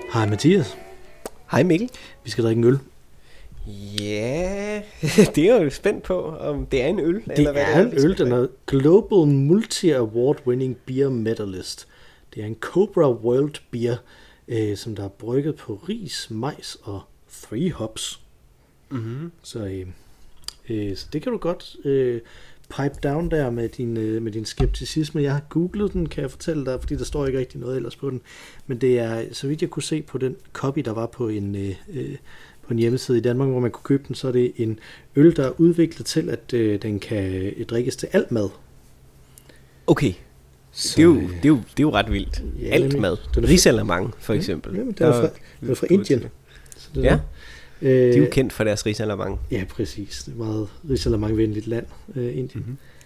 Hej Mathias. Hej Mikkel. Vi skal drikke en øl. Ja, det er jeg jo spændt på, om det er en øl. Det eller hvad er en øl, den er Global Multi-Award Winning Beer Medalist. Det er en Cobra World Beer, som der er brygget på ris, majs og 3 hops. Mm-hmm. Så det kan du godt pipe down der med din skepticisme. Jeg har googlet den, kan jeg fortælle dig, fordi der står ikke rigtig noget ellers på den. Men det er, så vidt jeg kunne se på den copy, der var på en hjemmeside i Danmark, hvor man kunne købe den, så er det en øl, der er udviklet til, at den kan drikkes til alt mad. Okay. Så, det er jo ret vildt. Ja, alt mad. Risalamang for eksempel. Ja, det er fra Indien. Så det ja. De er jo kendt for deres risalamang. Ja, præcis. Det er et meget risalamang-venligt land, Indien.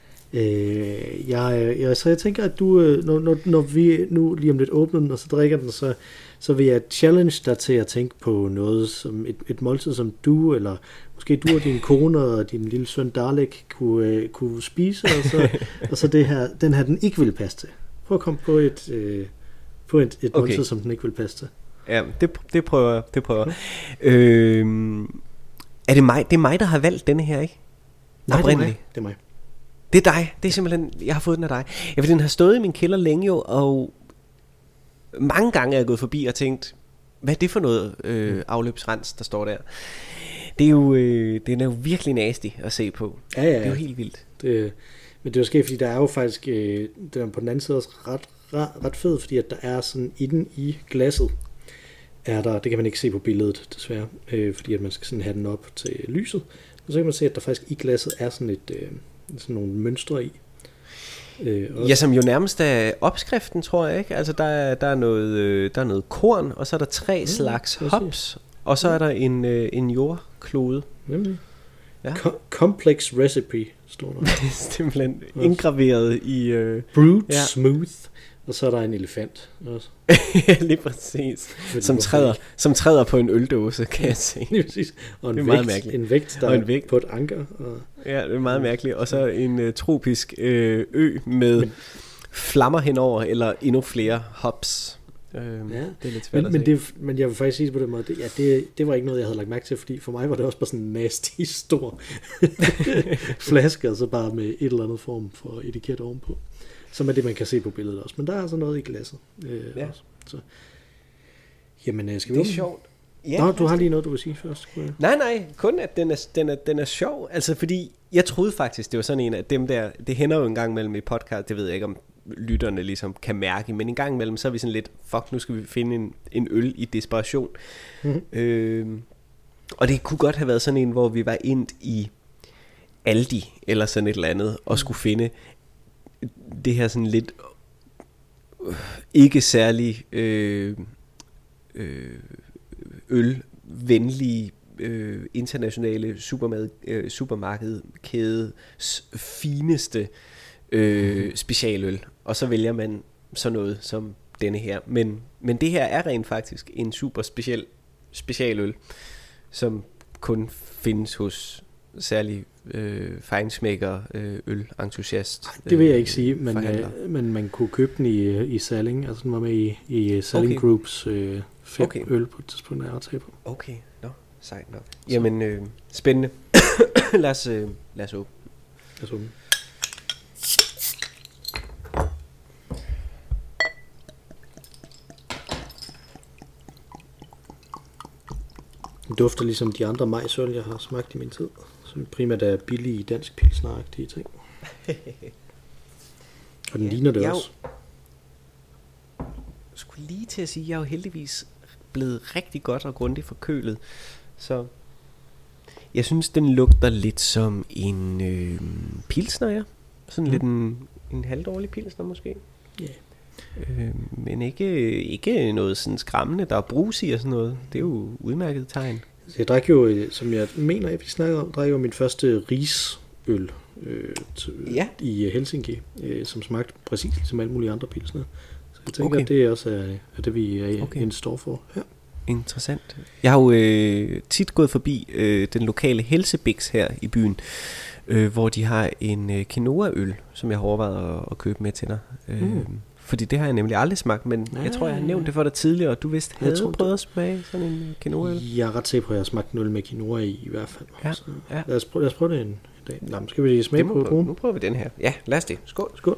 Mm-hmm. Så jeg tænker, at du, når vi nu lige om lidt åbner den, og så drikker den, så vil jeg challenge dig til at tænke på noget, som et måltid, som du, eller måske du og din kone og din lille søn Dalek kunne spise, og så den her, den ikke vil passe til. Prøv at komme på et måltid, som den ikke vil passe til. Ja, det prøver jeg. Er det mig? Det er mig, der har valgt denne her, ikke? Nej, det er mig. Det er dig. Det er simpelthen, jeg har fået den af dig. Ja, for den har stået i min kælder længe jo, og mange gange er jeg gået forbi og tænkt, hvad er det for noget afløbsrens, der står der? Det er jo, den er jo virkelig nasty at se på. Ja. Det er jo helt vildt. Men det er jo sket, fordi der er jo faktisk, den er på den anden side også ret fed, fordi at der er sådan inde i glasset, det kan man ikke se på billedet desværre, fordi at man skal sådan have den op til lyset. Og så kan man se, at der faktisk i glasset er sådan sådan nogle mønstre i. Ja, som jo nærmest er opskriften, tror jeg, ikke? Altså der er noget korn, og så er der 3 slags hops, og så er der en jordklode. Nemlig. Ja. Complex recipe står der. Simpelthen indgraveret i brewed smooth. Og så er der en elefant også. Lige præcis. Som træder på en øldåse, kan jeg se. Lige præcis. Og en vægt, der er på et anker. Ja, det er meget mærkeligt. Og så en tropisk ø med flammer henover, eller endnu flere hops. Det er lidt svært at se. Men jeg vil faktisk sige på den måde, det var ikke noget, jeg havde lagt mærke til, fordi for mig var det også bare sådan en nasty stor flaske, og så bare med et eller andet form for etiket ovenpå. Som er det, man kan se på billedet også. Men der er altså noget i glasset også. Så. Jamen, skal vi det er sjovt. Ja, du har lige noget, du vil sige først. Nej, kun at den er sjov. Altså, fordi jeg troede faktisk, det var sådan en af dem der, det hænder jo en gang mellem i podcast, det ved jeg ikke, om lytterne ligesom kan mærke, men en gang imellem, så er vi sådan lidt, nu skal vi finde en øl i desperation. Mm-hmm. Og det kunne godt have været sådan en, hvor vi var ind i Aldi, eller sådan et eller andet, og skulle finde det her sådan lidt ikke særlig ølvenlige internationale supermarkedkædes fineste specialøl, og så vælger man sådan noget som denne her, men det her er rent faktisk en super specialøl, som kun findes hos særlig feinschmecker øl-entusiast. Det vil jeg ikke sige, men man kunne købe den i Salling, altså den var med i Salling Groups 5 øl på et tidspunkt, jeg har taget på. Okay, sejt nok. Jamen, spændende. lad os åbne. Den dufter ligesom de andre majsøl, jeg har smagt i min tid. Som primært er billige dansk pilsneragtige ting. Og den ligner det også. Jeg skulle lige til at sige, at jeg er jo heldigvis blevet rigtig godt og grundigt forkølet. Så jeg synes, den lugter lidt som en pilsner, ja. Sådan lidt en halvdårlig pilsner måske. Ja. Men ikke noget sådan skræmmende, der er brus i og sådan noget. Det er jo udmærket tegn. Jeg drak jo, som jeg mener, at vi snakkede om, drak jo min første risøl i Helsinki, som smagte præcis som alle mulige andre pilsner. Så jeg tænker, at det også er det, vi er en står for her. Interessant. Jeg har jo tit gået forbi den lokale Helsebix her i byen, hvor de har en quinoa-øl, som jeg har overvejet at købe med til dig. Fordi det har jeg nemlig aldrig smagt, men jeg tror, jeg har nævnt det for dig tidligere, og du vidste, havde prøvet at smage sådan en quinoa-øl. Jeg er ret sikker på, at jeg har smagt en øl med quinoa i hvert fald. Ja, så ja. Lad os prøve det en dag. Nå, skal vi lige smage på det? Nu prøver vi den her. Ja, lad os det. Skål. Skål.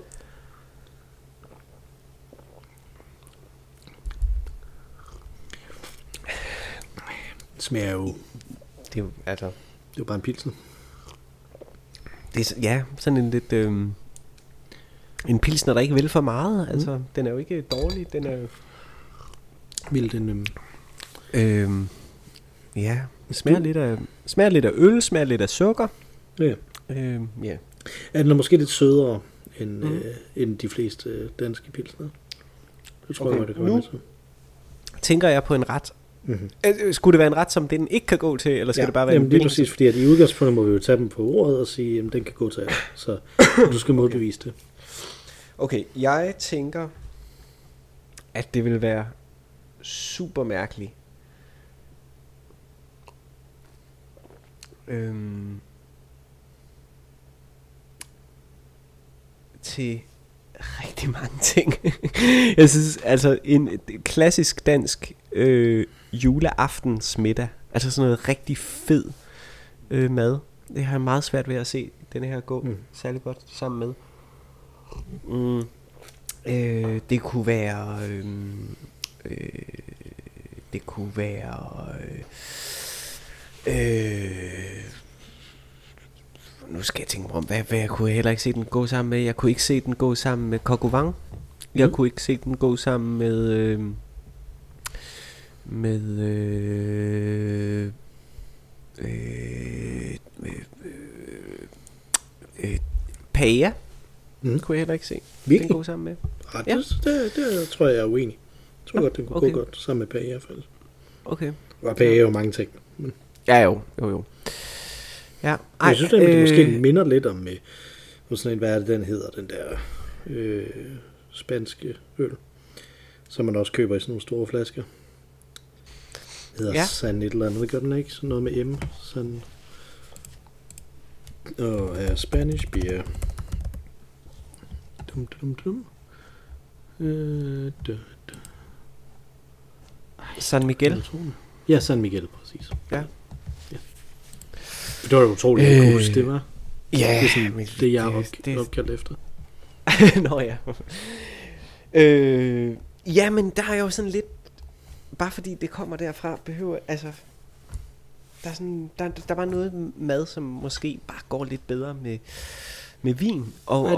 Det smager jo... Det er jo, altså... Det er jo bare en pilsen. Det er, ja, sådan en lidt... en pilsner, der ikke vil for meget. Altså, den er jo ikke dårlig. Den er... Vil den... Ja, smager lidt af øl, smager lidt af sukker. Ja. Ja. Er den måske lidt sødere end de fleste danske pilsner? Det tror jeg, det kan være med til. Tænker jeg på en ret. Skulle det være en ret, som den ikke kan gå til, eller skal det bare være en det er præcis, fordi at i udgangspunktet må vi jo tage dem på ordet og sige, at den kan gå til alt. Så du skal modbevise det. Okay, jeg tænker, at det vil være super mærkeligt. Til rigtig mange ting. Jeg synes, altså en klassisk dansk juleaftensmiddag, altså sådan noget rigtig fed mad. Det har jeg meget svært ved at se denne her gå særlig godt sammen med. Det kunne være nu skal jeg tænke mig om, hvad jeg kunne heller ikke se den gå sammen med. Jeg kunne ikke se den gå sammen med coq au vin. Jeg kunne ikke se den gå sammen med paella. Kunne jeg heller ikke se. Virkelig? Den gå sammen med. Ja. Det tror jeg er uenig. Jeg tror godt, den kunne gå godt sammen med paella i hvert fald. Okay. Og paella er jo mange ting. Men... Ja, jo. Ja. Jeg synes, det måske minder lidt om sådan en, hvad er det, den hedder, den der spanske øl, som man også køber i sådan nogle store flasker. Det hedder San et eller andet, gør den ikke? Sådan noget med M. San... her Spanish beer. San Miguel. Ja, San Miguel, præcis. Ja. Det var utroligt, at kunne huske, det var. Ja, det er sådan, det jeg er opkaldt efter. Nå ja. Ja, men der er jo sådan lidt, bare fordi det kommer derfra, behøver, altså, der er sådan, der var noget mad, som måske bare går lidt bedre med vin. Og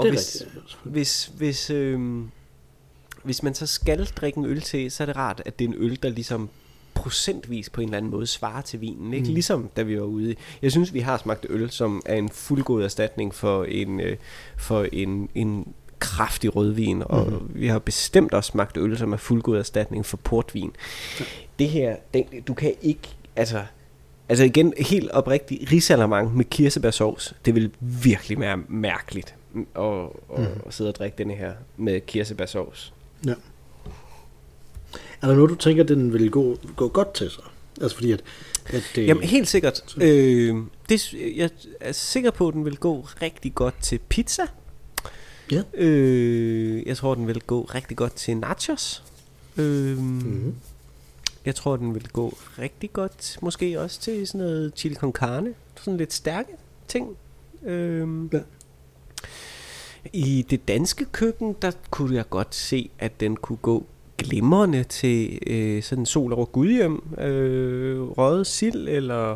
hvis man så skal drikke en øl til, så er det rart, at det er en øl, der ligesom procentvis på en eller anden måde svarer til vinen, ikke? Ligesom da vi var ude. Jeg synes, vi har smagt øl, som er en fuldgod erstatning for en kraftig rødvin, og vi har bestemt også smagt øl, som er fuldgod erstatning for portvin. Ja. Det her, du kan ikke, altså igen, helt oprigtigt, risalamande med kirsebærsovs, det vil virkelig være mærkeligt at sidde og drikke denne her med kirsebærsovs. Ja. Er der noget, du tænker, den vil gå godt til sig? Altså fordi at jamen helt sikkert. Jeg er sikker på, at den vil gå rigtig godt til pizza. Ja. Jeg tror, den vil gå rigtig godt til nachos. Jeg tror, den vil gå rigtig godt, måske også til sådan noget chili con carne. Sådan lidt stærke ting. Ja. I det danske køkken, der kunne jeg godt se, at den kunne gå glimrende til sådan sol over Gudhjem, røget sild, eller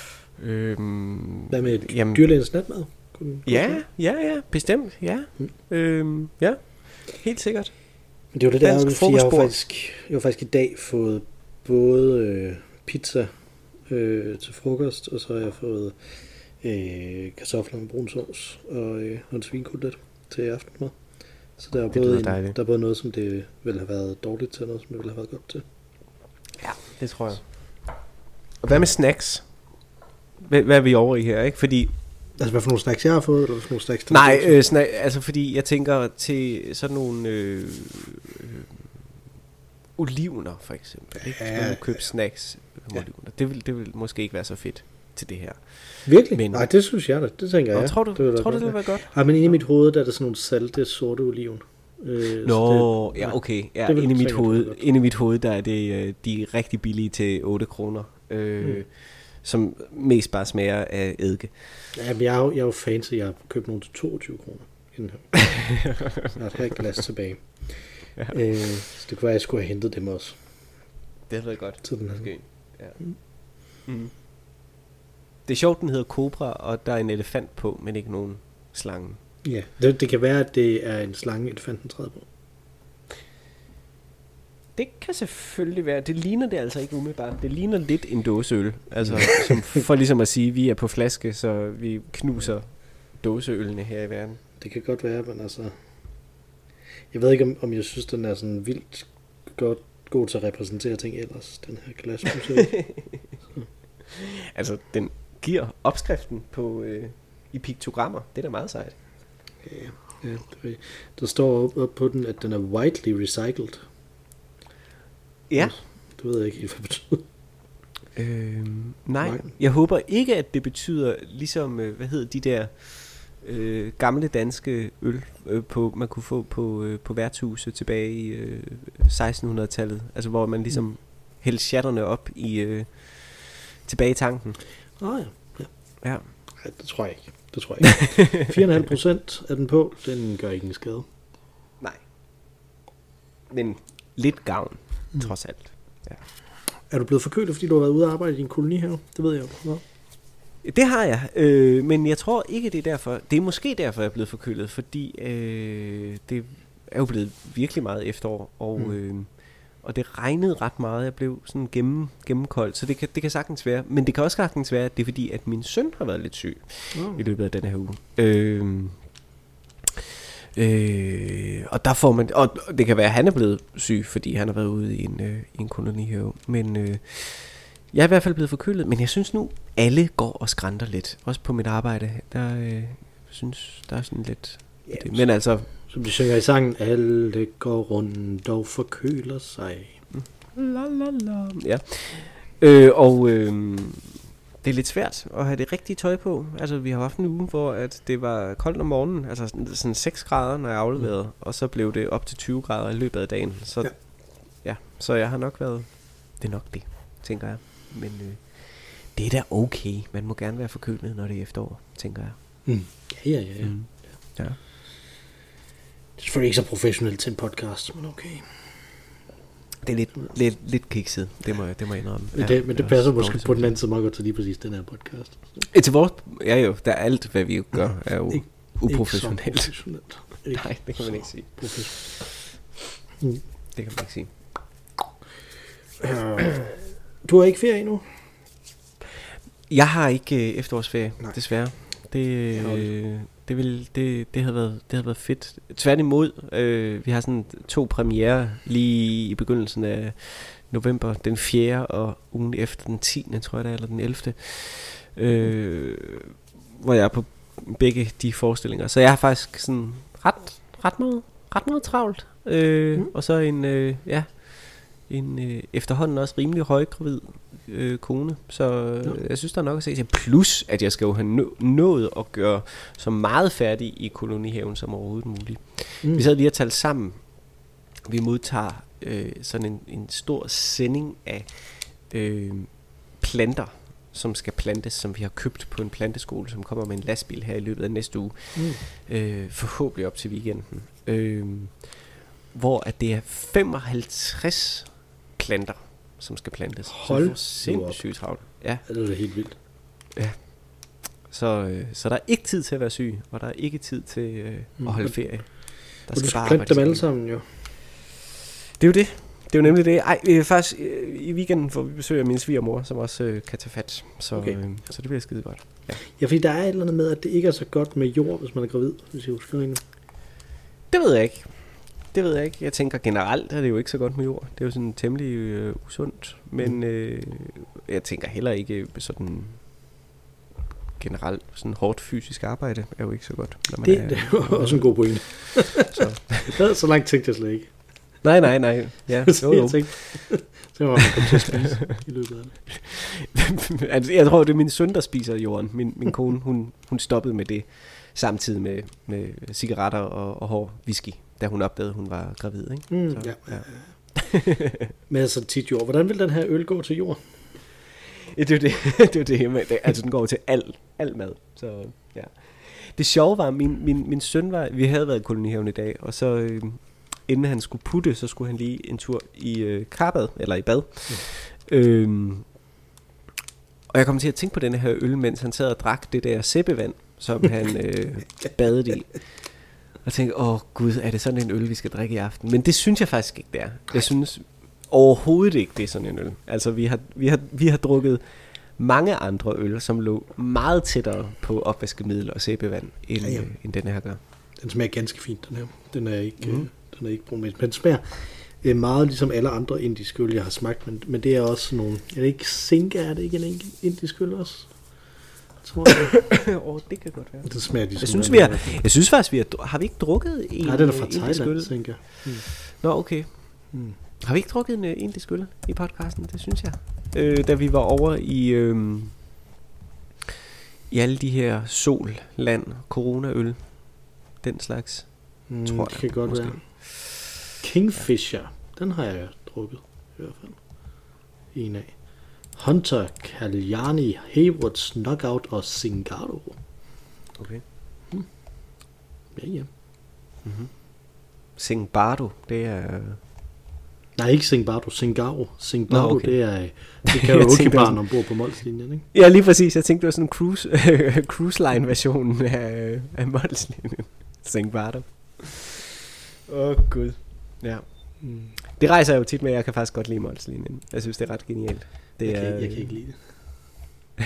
hvad med dyrlægens natmad? Ja, bestemt, ja. Ja, helt sikkert. Men det var det der, fordi jeg har faktisk i dag fået både pizza til frokost, og så har jeg fået kartofler med brun sovs og en svinkotelet til aftensmad. Så der er både noget, som det ville have været dårligt til, og noget, som det ville have været godt til. Ja, det tror jeg. Og hvad med snacks? Hvad er vi over i her, ikke? Fordi... Altså, hvad for nogle snacks jeg har fået, eller hvad for nogle snacks? Nej, altså fordi jeg tænker til sådan nogle olivener, for eksempel. Ikke? Ja, man købe snacks med olivener. Det vil måske ikke være så fedt til det her. Virkelig? Nej, det synes jeg da. Det tænker jeg. Tror du, det vil være godt? Ja, men inde i mit hoved, der er der sådan nogle salte, sorte oliven. Ja, okay. Ja, inde i mit hoved, der er det de er rigtig billige til 8 kroner. Som mest bare smager af eddike. Ja, men jeg er jo fancy. Jeg har købt nogle til 22 kroner. Jeg har et glas tilbage. Ja. Så det kunne være, at jeg skulle have hentet dem også. Det havde været godt. Til den her. Måske. Ja. Det er sjovt, den hedder Cobra, og der er en elefant på, men ikke nogen slange. Ja, det kan være, at det er en slange, elefanten træder på. Det kan selvfølgelig være. Det ligner det altså ikke umiddelbart. Det ligner lidt en dåseøl. Altså, som for ligesom at sige, at vi er på flaske, så vi knuser dåseølene her i verden. Det kan godt være, men altså... Jeg ved ikke, om jeg synes, den er sådan vildt god til at repræsentere ting ellers, den her glasmusik. Altså, den giver opskriften på i piktogrammer. Det er da meget sejt. Ja, der står op på den, at den er widely recycled. Ja. Det ved jeg ikke helt, hvad det betyder. Nej, jeg håber ikke, at det betyder ligesom, hvad hedder de der gamle danske øl, man kunne få på værtshuse tilbage i 1600-tallet. Altså, hvor man ligesom hældte shatterne op i tilbage i tanken. Ja. Ja. Nej, det tror jeg ikke. 4,5% af den på, den gør ikke en skade. Nej. Men lidt gavn, trods alt. Ja. Er du blevet forkølet, fordi du har været ude og arbejde i din kolonihave? Det ved jeg jo. Det har jeg, men jeg tror ikke, det er derfor. Det er måske derfor, jeg er blevet forkølet, fordi det er jo blevet virkelig meget efterår, og det regnede ret meget. Jeg blev sådan gennemkoldt, så det kan sagtens være. Men det kan også sagtens være, at det er fordi, at min søn har været lidt syg i løbet af den her uge. Og der får man, og det kan være, at han er blevet syg, fordi han har været ude i en kolonihave. Men jeg er i hvert fald blevet forkølet. Men jeg synes nu, alle går og skrænter lidt. Også på mit arbejde. Der synes, der er sådan lidt... Ja, det. Men altså... Som de synger i sangen, alle går rundt og forkøler sig. La la la. Ja. Det er lidt svært at have det rigtige tøj på. Altså, vi har haft en uge, hvor at det var koldt om morgenen. Altså sådan 6 grader, når jeg afleverede. Og så blev det op til 20 grader i løbet af dagen. Så så jeg har nok været... Det er nok det, tænker jeg. Men det er da okay. Man må gerne være forkølet, når det er efterår, tænker jeg. Ja. Ja. Det er selvfølgelig ikke så professionelt til en podcast, men okay. Det er lidt kikset, det må jeg indrømme. Men det passer måske på den anden side meget godt til lige præcis den her podcast. Til vores, jo, der er alt, hvad vi gør, er jo uprofessionelt. Nej, det kan man ikke sige. Det kan man ikke sige. Du har ikke ferie endnu? Jeg har ikke efterårsferie, desværre. Det havde været fedt. Tværtimod, vi har sådan 2 premiere lige i begyndelsen af november, den 4. og ugen efter den 10. tror jeg det er, eller den 11. Hvor jeg er på begge de forestillinger. Så jeg har faktisk sådan ret meget travlt. Og så en efterhånden også rimelig højgravid kone, så jeg synes der er nok at se til. Plus at jeg skal jo have nået at gøre så meget færdig i kolonihaven som overhovedet muligt. Vi sad lige og talte sammen. Vi modtager sådan en stor sending af planter, som skal plantes, som vi har købt på en planteskole, som kommer med en lastbil her i løbet af næste uge. Forhåbentlig op til weekenden. Hvor at det er 55 planter, som skal plantes. Hold sindssygt travlt. Ja. Det er helt vildt. Ja. Så der er ikke tid til at være syg, og der er ikke tid til at holde ferie. Der skal du skal plante dem alle sammen, jo. Det er jo det. Det er jo nemlig det. Faktisk i weekenden får vi besøg af min svigermor, som også kan tage fat. Så det bliver skide godt. Ja, fordi der er et eller andet med, at det ikke er så godt med jord, hvis man er gravid, hvis jeg husker det. Det ved jeg ikke. Jeg tænker generelt er det jo ikke så godt med jord. Det er jo sådan temmelig usundt. Men jeg tænker heller ikke sådan generelt sådan hårdt fysisk arbejde er jo ikke så godt. Når man det er jo også en god pointe. Så langt tænkte jeg slet ikke. Nej. Ja, så jeg tænkte, så var man kommet til at spise i løbet af det. Altså, jeg tror, det er min søn, der spiser jorden. Min kone, hun stoppede med det samtidig med cigaretter og hård whisky. da hun opdagede, at hun var gravid, ikke? Så, ja. Men altså tit jord. Hvordan vil den her øl gå til jord? Ja, det er det. Altså, den går til al mad. Så, ja. Det sjove var, min søn var... Vi havde været i kolonihaven i dag, og så inden han skulle putte, så skulle han lige en tur i karbad, eller i bad. Og jeg kom til at tænke på den her øl, mens han sad og drak det der sæbevand, som han badede i. Og tænkte, gud, er det sådan en øl, vi skal drikke i aften? Men det synes jeg faktisk ikke, det er. Jeg synes overhovedet ikke, det er sådan en øl. Altså, vi har drukket mange andre øl, som lå meget tættere på opvaskemiddel og sæbevand, end den her gør. Den smager ganske fint, den her. Den er ikke brun, men den smager meget ligesom alle andre indiske øl, jeg har smagt, men det er også nogle... Er det ikke Zinga? Er det ikke en indisk øl også? Tror jeg. Det kan godt være. Det smager ligesom... Jeg synes faktisk, har vi ikke drukket en indisk øl? Nej, den er fra Thailand, Zinga. Nå, okay. Har vi ikke drukket en indisk øl i podcasten? Det synes jeg. Da vi var over i alle de her solland, coronaøl, den slags, tror jeg. Det kan godt være. Kingfisher, den har jeg drukket i hvert fald. En af. Hunter, Kalyani, Haywoods, Knockout og Zingaro. Okay. Ja. Zingaro, det er... Nej, ikke Zingaro, Zingaro. Zingaro, okay. Det er karaokebarn ombord på Molslinjen, ikke? Ja, lige præcis. Jeg tænkte, det var sådan en cruise line versionen af Molslinjen. Zingaro. Gud. Ja. Det rejser jeg jo tit med, jeg kan faktisk godt lide Molslinjen. Jeg synes, det er ret genialt. Jeg kan ikke lide det.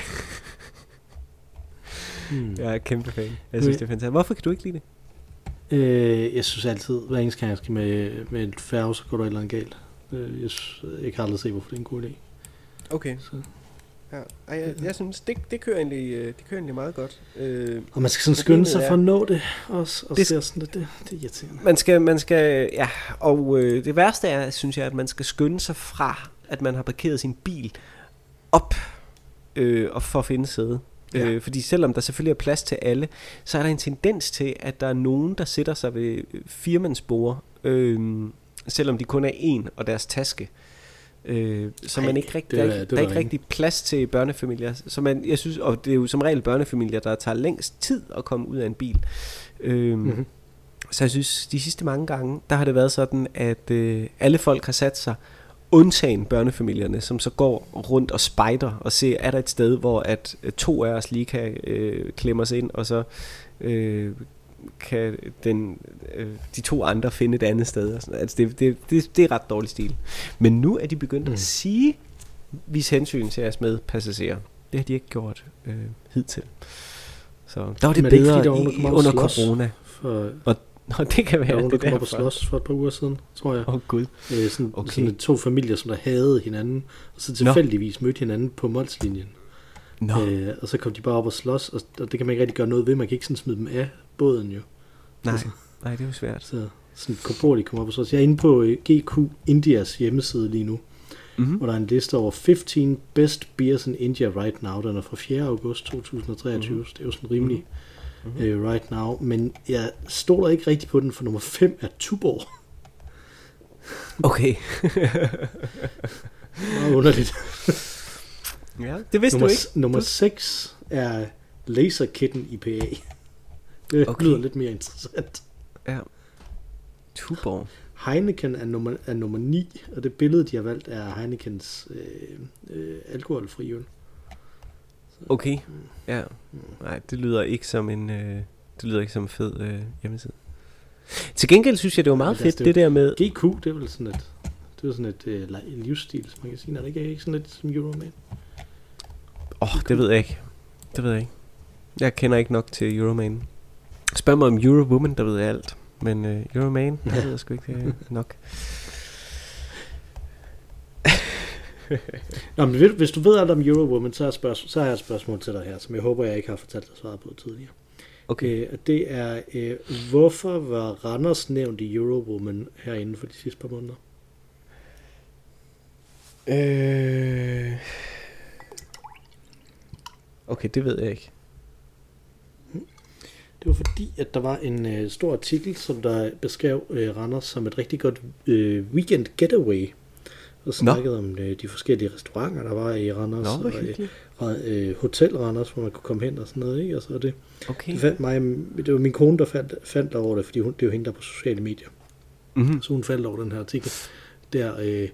Jeg er kæmpe fan. Jeg synes, det er fantastisk. Hvorfor kan du ikke lide det? Jeg synes altid, hver eneste gang jeg skal med en færge, så går der et eller andet galt. Jeg kan aldrig se, hvorfor det er en god idé. Okay. Så. Ja, jeg synes, det kører egentlig meget godt. Og man skal sådan skynde sig for at nå det også. Og det er sådan, det er irriterende. Man skal, ja, og det værste er, synes jeg, at man skal skynde sig fra, at man har parkeret sin bil op og for at finde sæde. Ja. Fordi selvom der selvfølgelig er plads til alle, så er der en tendens til, at der er nogen, der sætter sig ved firmandsborde, selvom de kun er en og deres taske. Så man ikke rigtig, der er ikke rigtig plads til børnefamilier. Så jeg synes, og det er jo som regel børnefamilier, der tager længst tid at komme ud af en bil. Så jeg synes, de sidste mange gange, der har det været sådan, at alle folk har sat sig, undtagen børnefamilierne, som så går rundt og spejder og ser, er der et sted, hvor at 2 af os lige kan klemme os ind, og så kan de 2 andre finde et andet sted. Og sådan. Altså det er ret dårlig stil. Men nu er de begyndt at vise hensyn til jeres medpassagerer. Det har de ikke gjort hidtil. Så der var det bedre under corona. Og det kan være, der var nogen, der kom op og slås for et par uger siden, tror jeg. Gud. Sådan 2 familier, som der havde hinanden, og så tilfældigvis mødte hinanden på Molslinjen. Og så kom de bare op og slås, og det kan man ikke rigtig gøre noget ved. Man kan ikke sådan smide dem af båden jo. Nej, det er jo svært. Så sådan korporligt kom op og slås. Jeg er inde på GQ Indias hjemmeside lige nu, hvor der er en liste over 15 best beers in India right now. Den er fra 4. august 2023, så det er jo sådan rimelig right now. Men jeg stoler ikke rigtig på den, for nummer 5 er Tuborg. Okay. Meget underligt. Ja, det vidste du ikke. Nummer 6 er Laser Kitten IPA. Det lyder lidt mere interessant. Ja. Tuborg. Heineken er nummer 9, og det billede, de har valgt, er Heinekens alkoholfri øl. Okay. Ja. Nej, det lyder ikke som en fed hjemmeside. Til gengæld synes jeg, det var meget fedt, det der med... GQ, det er vel sådan et livsstil, som man kan sige. Er det ikke sådan lidt som Euroman? Det ved jeg ikke. Jeg kender ikke nok til Euroman. Spørg mig om Eurowoman, der ved jeg alt. Men Euroman, der ved jeg sgu ikke nok. Nå, men hvis du ved alt om Eurowoman, så har jeg et spørgsmål til dig her, som jeg håber, jeg ikke har fortalt dig svaret på tidligere. Okay. Det er, hvorfor var Randers nævnt i Eurowoman herinde for de sidste par måneder? Okay, det ved jeg ikke. Det var fordi, at der var en stor artikel, som der beskrev Randers som et rigtig godt weekend getaway. Og snakkede om de forskellige restauranter, der var i Randers. Og Hotel Randers, hvor man kunne komme hen og sådan noget. Ikke? Og så det, okay. Det var min kone, der fandt over det, fordi det er jo hende, der på sociale medier. Mm-hmm. Så hun faldt over den her artikel der,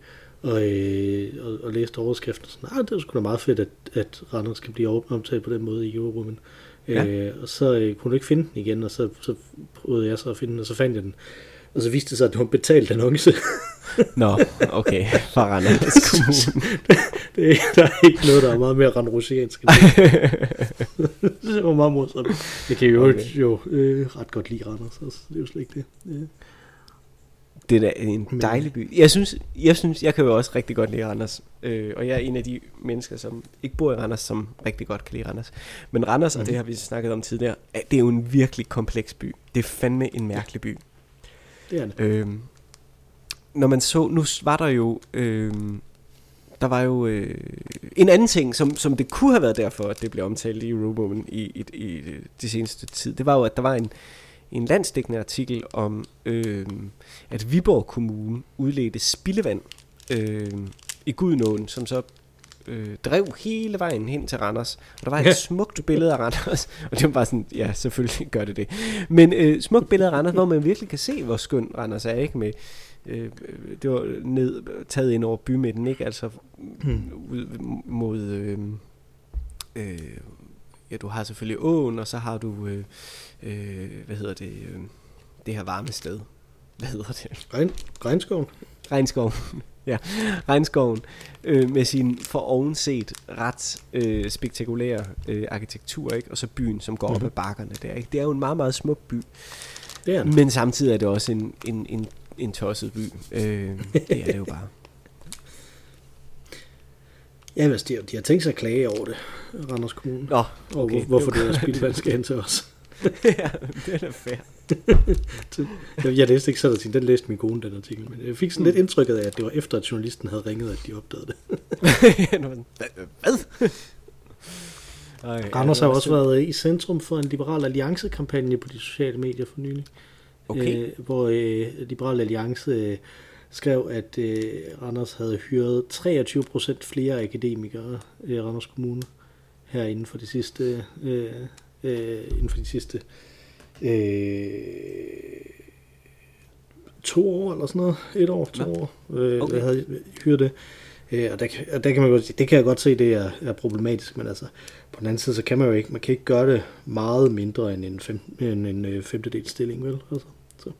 og læste overskriften. Og sådan, det var sgu da meget fedt, at Randers kan blive omtalt på den måde i Eurowoman. Ja. Og så kunne du ikke finde den igen, og så prøvede jeg så at finde den, og så fandt jeg den. Og så viste det sig, at det var en betalt annonce. Nå, okay. Fra Randers Kommune. Der er ikke noget, der er meget mere randrusiansk. Det var meget morsomt. Det kan jo ret godt lide Randers, altså. Det er jo slet ikke det. Ja. Det er da en dejlig by. Jeg synes, jeg kan jo også rigtig godt lide Randers. Og jeg er en af de mennesker, som ikke bor i Randers, som rigtig godt kan lide Randers. Men Randers, og det har vi snakket om tidligere, det er jo en virkelig kompleks by. Det er fandme en mærkelig by. Det er det. Når man så, nu var der jo, der var jo en anden ting, som det kunne have været derfor, at det blev omtalt i Eurowoman i de seneste tid. Det var jo, at der var en landsdækkende artikel om, at Viborg Kommune udledte spildevand i Gudenåen, som så drev hele vejen hen til Randers. Og der var et smukt billede af Randers, og det var bare sådan, ja, selvfølgelig gør det. Men smukt billede af Randers, hvor man virkelig kan se, hvor skøn Randers er, ikke? Med, det var taget ind over bymidten, ikke? Altså ud mod, ja, du har selvfølgelig åen, og så har du, hvad hedder det, det her varme sted. Hvad hedder det? Regnskoven. Regnskoven, ja. Regnskoven med sin for ovenset ret spektakulære arkitektur, ikke? Og så byen, som går op ad bakkerne der, ikke? Det er jo en meget, meget smuk by. Det er det. Men samtidig er det også en tosset by. Det er det jo bare. Ja, hvis de har tænkt sig at klage over det, Randers Kommune. Nå, okay. Og hvorfor det er spildevand skal hen til os. Ja, det er da fair. Jeg læste ikke sådan, den læste min kone, den artikel, men jeg fik sådan lidt indtrykket af, at det var efter, at journalisten havde ringet, at de opdagede det. Hvad? Randers har også været i centrum for en Liberal Alliance-kampagne på de sociale medier for nylig. Okay. Hvor Liberal Alliance skrev, at Randers havde hyret 23% flere akademikere i Randers Kommune her inden for de sidste 2 år eller sådan noget. 1 år, 2 år. Okay. Havde hyret det. Og der kan man godt sige, det kan jeg godt se, det er problematisk, men altså på den anden side, så kan man kan ikke gøre det meget mindre end en femtedel stilling, vel? Altså, så.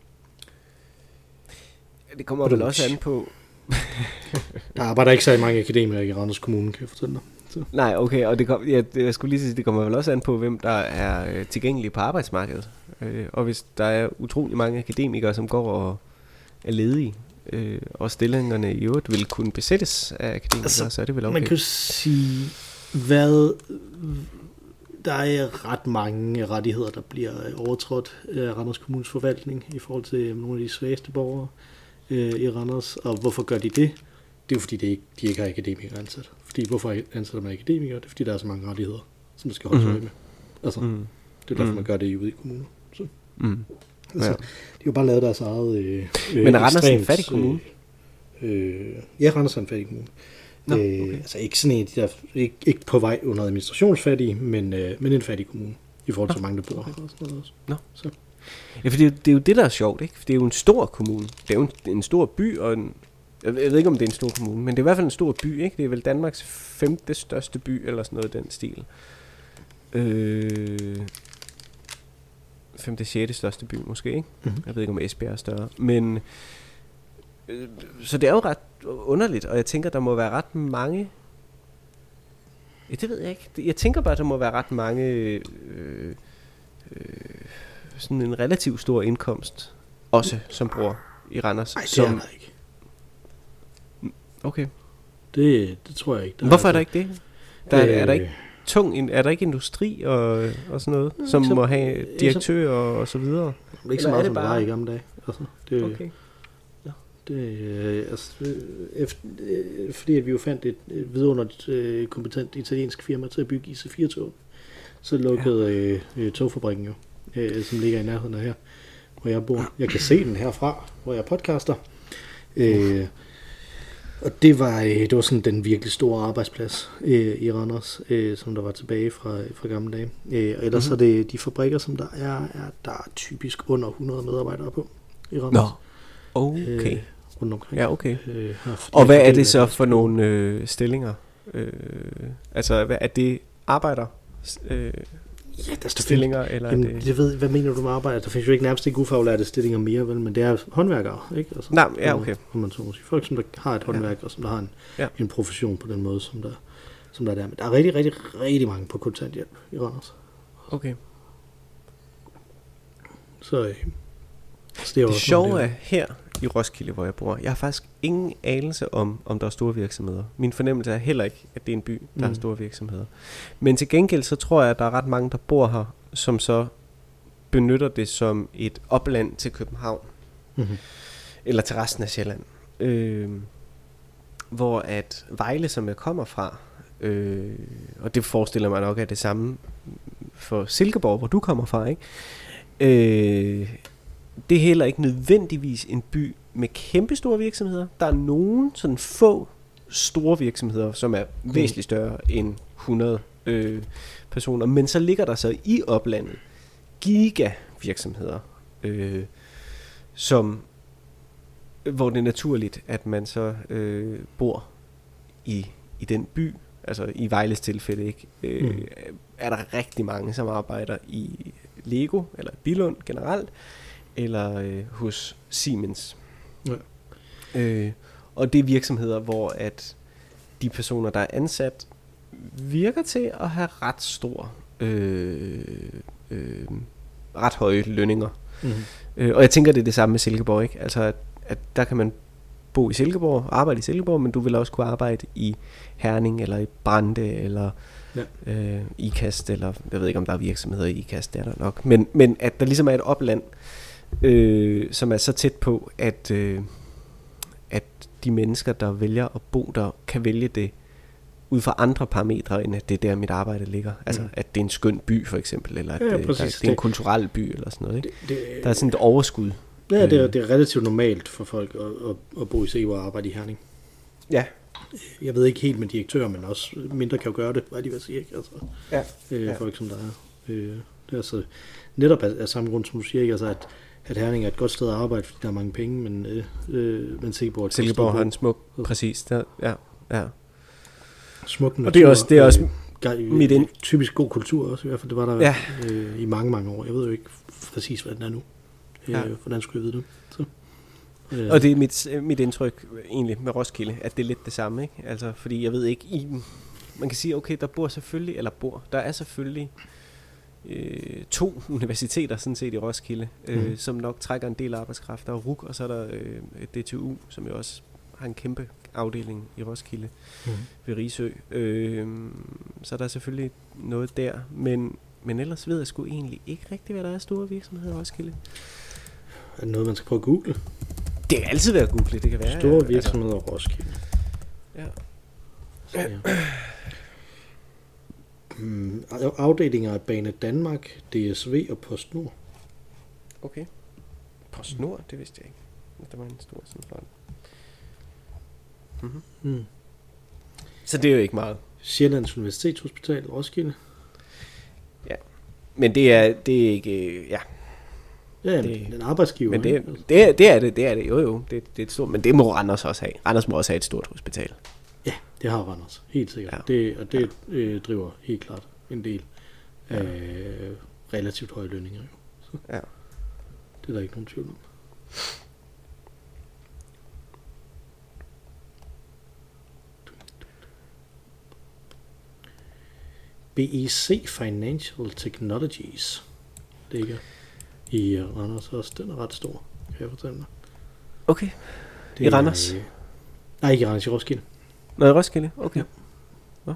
Det kommer vel også an på. Der arbejder ikke så mange akademikere i Randers Kommune, kan jeg fortælle dig. Så. Nej, okay, og jeg skulle lige sige, det kommer vel også an på, hvem der er tilgængelig på arbejdsmarkedet. Og hvis der er utrolig mange akademikere, som går og er ledige, og stillingerne i øvrigt vil kunne besættes af akademikere, altså, så er det vel okay. Man kan sige, der er ret mange rettigheder, der bliver overtrådt af Randers Kommunes forvaltning i forhold til nogle af de svageste borgere i Randers. Og hvorfor gør de det? Det er jo fordi, de ikke har akademikere ansat. Fordi hvorfor ansætter man akademikere? Det er fordi, der er så mange rettigheder, som man skal holde øje med. Altså, det er derfor, man gør det ude i kommunen. Så. Altså, de har jo bare lavet deres eget men er Randers en fattig kommune? Ja, Randers er en fattig kommune. Okay. Altså ikke sådan en, der ikke på vej under administrationsfattige, men en fattig kommune i forhold til mange, der bor her og sådan noget også. Så. Ja, for det er jo det, der er sjovt, ikke? For det er jo en stor kommune. Det er jo en stor by, og jeg ved ikke, om det er en stor kommune, men det er i hvert fald en stor by, ikke? Det er vel Danmarks 5. største by, eller sådan noget i den stil. 5. 6. største by måske, ikke? Jeg ved ikke, om Esbjerg er større. Men så det er jo ret underligt, og jeg tænker, der må være ret mange. Ja, det ved jeg ikke. Jeg tænker bare, der må være ret mange sådan en relativt stor indkomst også som bor i Randers. Nej, det er der ikke. Okay. Det tror jeg ikke. Hvorfor er der ikke det? Er der ikke er der ikke industri og sådan noget, som må have direktør og så videre? Ikke så meget, som det var i gamle dage. Altså, det, okay. Fordi at vi jo fandt et vidunderligt kompetent italiensk firma til at bygge IC4-tog, så lukkede togfabrikken jo. som ligger i nærheden af her, hvor jeg bor. Jeg kan se den herfra, hvor jeg podcaster. Og det var sådan den virkelig store arbejdsplads i Randers, som der var tilbage fra gamle dage. Og ellers er det de fabrikker, som der er typisk under 100 medarbejdere på i Randers. Nå, okay. Rundt omkring. Ja, okay. Og hvad er det så for nogle stillinger? Altså, hvad er det arbejder? Stillinger, eller jamen, det... Jeg ved, hvad mener du med arbejde? Der findes jo ikke nærmest ikke ufaglærte stillinger mere, vel? Men det er håndværkere, ikke? Altså, nej, ja, okay. Man så må sige. Folk, som der har et håndværk, og som der har en profession på den måde, som der er der. Men der er rigtig, rigtig, rigtig mange på kontanthjælp i Randers. Okay. Så det sjove er her i Roskilde, hvor jeg bor. Jeg har faktisk ingen anelse om der er store virksomheder. Min fornemmelse er heller ikke, at det er en by, der har store virksomheder. Men til gengæld så tror jeg, at der er ret mange, der bor her, som så benytter det som et opland til København. Mm-hmm. Eller til resten af Sjælland. Hvor at Vejle, som jeg kommer fra, og det forestiller mig nok er det samme for Silkeborg, hvor du kommer fra, ikke? Det er heller ikke nødvendigvis en by med kæmpe store virksomheder. Der er nogle sådan få store virksomheder, som er væsentligt større end 100 personer. Men så ligger der så i oplandet giga virksomheder, hvor det er naturligt, at man så bor i den by. Altså i Vejles tilfælde, ikke? Er der rigtig mange, som arbejder i Lego eller Billund generelt, eller hos Siemens. Ja. Og det er virksomheder, hvor at de personer, der er ansat, virker til at have ret stor ret høje lønninger. Mm-hmm. Og jeg tænker, det er det samme med Silkeborg, ikke? Altså at der kan man bo i Silkeborg, arbejde i Silkeborg, men du vil også kunne arbejde i Herning, eller i Brande, eller Ikast, eller jeg ved ikke, om der er virksomheder i Ikast, det er der nok. Men at der ligesom er et opland, som er så tæt på, at de mennesker, der vælger at bo der, kan vælge det ud fra andre parametre, end at det er der, mit arbejde ligger. Altså, at det er en skøn by, for eksempel, eller at det er en kulturel by, eller sådan noget. Ikke? Der er sådan et overskud. Ja, det er relativt normalt for folk at bo i Silkeborg og arbejde i Herning. Ja. Jeg ved ikke helt med direktører, men også mindre kan jo gøre det, hvad de vil sige, ikke? Altså, folk, som der er. Det er altså netop af samme grund, som du siger, ikke? Altså, at Herning er et godt sted at arbejde, fordi der er mange penge, men Silkeborg har en smuk, præcis, der, ja. Smuk natur, og det er også mit typisk god kultur også, i hvert fald det var der i mange, mange år. Jeg ved jo ikke præcis, hvad den er nu. Hvordan skulle jeg vide det? Så. Og det er mit indtryk egentlig med Roskilde, at det er lidt det samme, ikke? Altså, fordi jeg ved ikke, man kan sige, okay, der er selvfølgelig 2 universiteter sådan set i Roskilde, som nok trækker en del arbejdskraft. Der er RUC, og så er der DTU, som jo også har en kæmpe afdeling i Roskilde ved Risø. Så der er selvfølgelig noget der, men ellers ved jeg sgu egentlig ikke rigtigt, hvad der er store virksomheder i Roskilde. Er det noget, man skal prøve at google? Det kan altid være at google, det kan være. Store virksomheder i Roskilde. Ja. Afdelinger af Bane Danmark, DSV og PostNord. Okay. PostNord, det vidste jeg ikke. Der var en stor central. Så det er jo ikke meget. Sjællands Universitetshospital, Roskilde. Ja. Men det er ikke, ja. Ja, det er en arbejdsgiver. Men det er det. Jo. Det er et stort, men det må Randers også have. Randers må også have et stort hospital. Ja, det har Randers, helt sikkert. Ja. Det driver helt klart en del relativt høje lønninger. Jo. Så. Ja. Det er der ikke nogen tvivl om. BEC Financial Technologies ligger i Randers også. Den er ret stor, kan jeg fortælle dig. Okay. I Randers? Nej, ikke i Randers, i Roskilde. Nå, i Roskilde? Okay. Ja.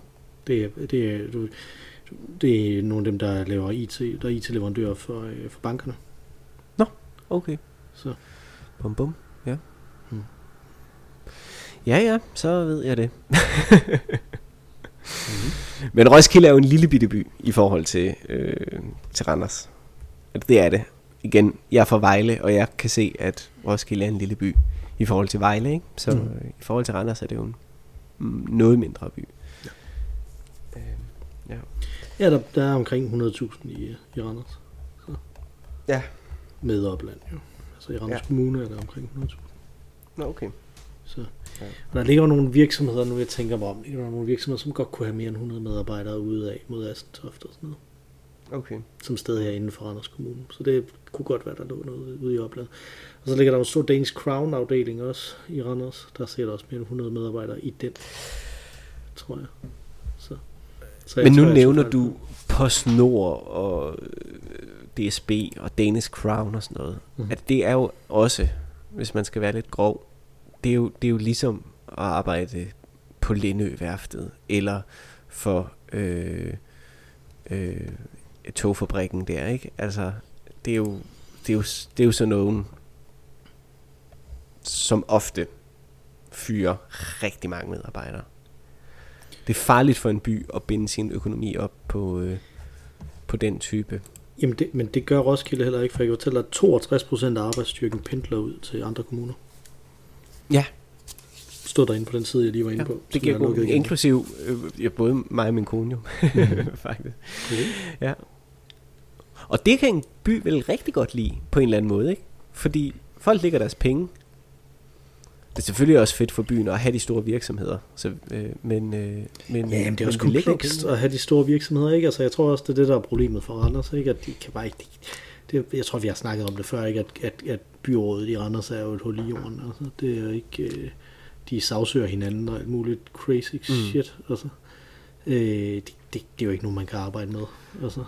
Det er nogle af dem, der laver IT, der er IT-leverandører for bankerne. Nå, okay. Så. Bum, ja. Ja, så ved jeg det. Men Roskilde er jo en lille bitte by i forhold til Randers. Det er det. Igen, jeg er fra Vejle, og jeg kan se, at Roskilde er en lille by i forhold til Vejle, ikke? Så i forhold til Randers er det jo en noget mindre by. Ja. Ja, der er omkring 100.000 i Randers. Så. Ja. Med opland, jo. Altså i Randers Kommune er der omkring 100.000. Nå, okay. Så. Ja. Og der ligger jo nogle virksomheder, nu jeg tænker mig om, ligger der nogle virksomheder, som godt kunne have mere end 100 medarbejdere ude af mod Assentoft og sådan noget. Okay. Som sted her inden for Randers Kommune. Så det kunne godt være, der lå noget ude i opland. Og så ligger der en stor Danish Crown afdeling også i Randers. Der ser der også mere end 100 medarbejdere i den, tror jeg. Så men nu nævner du PostNord og DSB og Danish Crown og sådan noget. At det er jo også, hvis man skal være lidt grov, det er jo ligesom at arbejde på Lindø-værftet eller for togfabrikken der, ikke? Altså, det er jo sådan nogen, som ofte fyrer rigtig mange medarbejdere. Det er farligt for en by at binde sin økonomi op på den type. Jamen men det gør Roskilde heller ikke, for jeg kan fortælle dig, at 62% af arbejdsstyrken pendler ud til andre kommuner. Ja. Stod derinde på den side, jeg lige var inde på. Det giver god, inklusiv både mig og min kone jo, faktisk. Okay. Ja. Og det kan en by vel rigtig godt lide, på en eller anden måde, ikke? Fordi folk lægger deres penge. Det er selvfølgelig også fedt for byen at have de store virksomheder. Så, men det er også komplekst at have de store virksomheder, ikke? Altså, jeg tror også, det er det, der er problemet for Randers, ikke? At de kan bare ikke... jeg tror, vi har snakket om det før, ikke? At byrådet i Randers er jo et hul i jorden. Altså, det er ikke... de sagsøger hinanden og alt muligt crazy shit. Altså, det er jo ikke nogen, man kan arbejde med. Altså,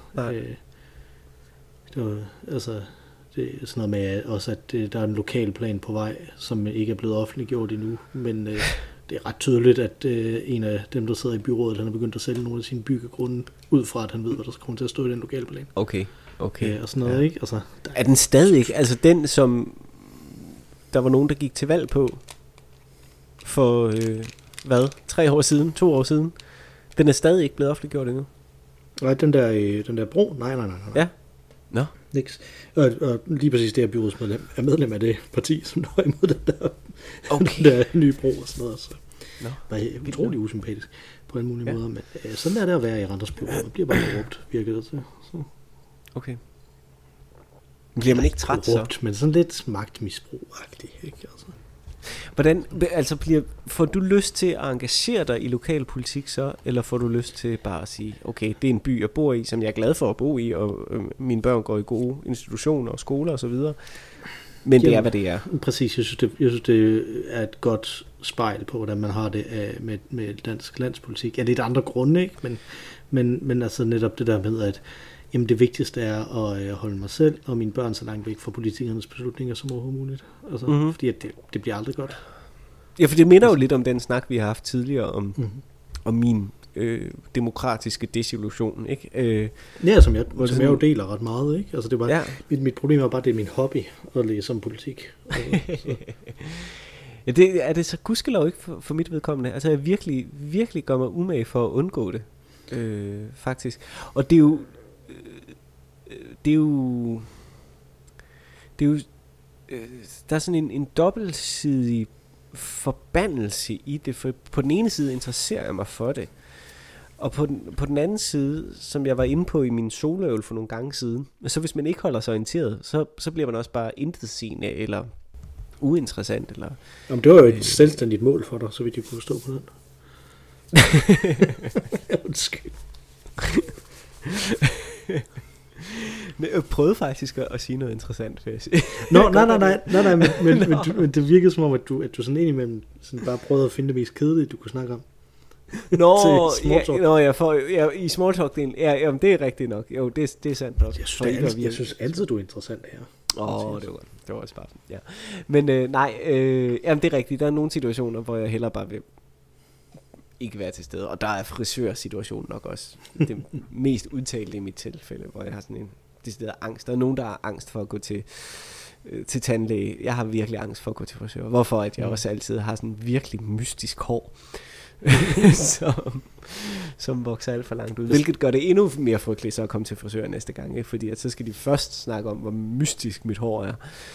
det er sådan noget med også, at der er en lokal plan på vej, som ikke er blevet offentliggjort endnu, men det er ret tydeligt, at en af dem, der sidder i byrådet, han har begyndt at sælge nogle af sine byggegrunde, ud fra, at han ved, hvad der skal komme til at stå i den lokale plan. Okay. Og sådan noget, ikke? Altså, er den stadig ikke? Altså den, som der var nogen, der gik til valg på for, 3 år siden, 2 år siden, den er stadig ikke blevet offentliggjort endnu? Nej, den der bro? Nej. Ja. Nå. Niks. Og lige præcis det her byrådsmedlem er medlem af det parti, som der var imod den der nye bro og sådan noget. Så var utrolig usympatisk på en mulig måde. Men sådan er det at være i Randers byråd. Man bliver bare korrupt, virker det til. Så. Okay. Bliver man ikke træt så? Men sådan lidt magtmisbrug-agtigt, ikke? Altså. Hvordan, altså får du lyst til at engagere dig i lokalpolitik så, eller får du lyst til bare at sige, okay, det er en by, jeg bor i, som jeg er glad for at bo i, og mine børn går i gode institutioner og skoler og så videre, men det er, hvad det er. Præcis, jeg synes, det er et godt spejl på, hvordan man har det med dansk landspolitik. Ja, det er et andre grunde, ikke? Men altså netop det der med, at jamen det vigtigste er at holde mig selv og mine børn så langt væk fra politikernes beslutninger som overhovedet muligt. Altså, fordi at det bliver aldrig godt. Ja, for det minder jo lidt om den snak, vi har haft tidligere om min demokratiske desillusion, ikke? Ja, som jeg jo deler ret meget, ikke? Altså det er bare, mit problem er bare, det er min hobby at læse om politik. Altså, ja, det er det så gudskelov ikke for mit vedkommende. Altså jeg virkelig, virkelig gør mig umage for at undgå det, faktisk. Og det er jo der er sådan en dobbeltsidig forbandelse i det, for på den ene side interesserer jeg mig for det, og på den anden side, som jeg var inde på i min soloøvel for nogle gange siden, så hvis man ikke holder sig orienteret, så bliver man også bare intetsigende eller uinteressant. Eller, jamen, det var jo et selvstændigt mål for dig, så vidt jeg kunne stå på den. Undskyld. Jeg prøvede faktisk at sige noget interessant, vil jeg sige. Nej, men det virkede som om, at du sådan indimellem sådan bare prøvede at finde det mest kedelige, du kunne snakke om. I smalltalk-delen, jamen, det er rigtigt nok. Jo, det er sandt nok. Jeg synes altid, du er interessant her. Det var godt. Det var også bare ja. Men jamen, det er rigtigt. Der er nogle situationer, hvor jeg hellere bare vil ikke være til stede. Og der er frisørsituationen nok også det mest udtalte i mit tilfælde, hvor jeg har sådan en decideret angst. Der er nogen, der har angst for at gå til tandlæge. Jeg har virkelig angst for at gå til frisør. Hvorfor? At jeg også altid har sådan virkelig mystisk hår. som vokser alt for langt ud. Hvilket gør det endnu mere frygteligt så at komme til frisør næste gang, ikke? Fordi at så skal de først snakke om, hvor mystisk mit hår er.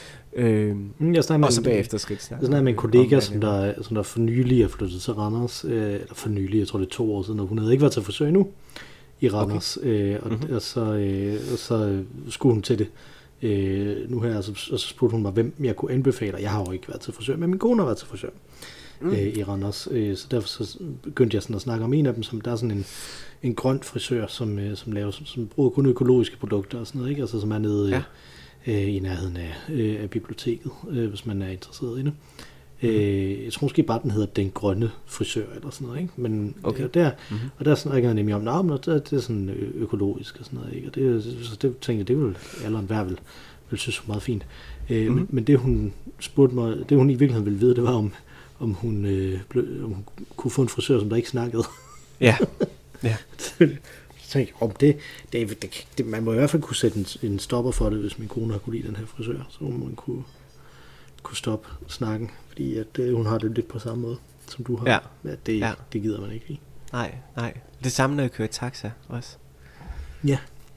Og så bagefter skal de snakke. Jeg snakker med en kollega, som der for nylig er flyttet til Randers, eller for nylig, jeg tror det er 2 år siden, og hun havde ikke været til frisør endnu i Randers, og så skulle hun til det nu her, og så spurgte hun mig, hvem jeg kunne anbefale. Jeg har jo ikke været til frisør, men min kone har været til frisør i Randers, så derfor så begyndte jeg sådan at snakke om en af dem, som der er sådan en grøn frisør, som laver, som bruger kun økologiske produkter og sådan noget, ikke? Altså som er nede i nærheden af biblioteket, hvis man er interesseret i det. Jeg tror måske bare, den hedder Den Grønne Frisør, eller sådan noget, ikke? Men der snakker jeg nemlig om, det er sådan økologisk og sådan noget, ikke? Og det tænkte jeg, det ville alle og enhver vil synes var meget fint. Men det hun spurgte mig, det hun i virkeligheden ville vide, det var om hun kunne få en frisør, som der ikke snakkede. Ja. Så tænkte jeg, det, man må i hvert fald kunne sætte en stopper for det, hvis min kone har kunne lide den her frisør, så man kunne stoppe snakken, fordi at hun har det lidt på samme måde, som du har. Ja. Det gider man ikke lide. Nej. Det samme, når jeg kører i taxa også. Ja.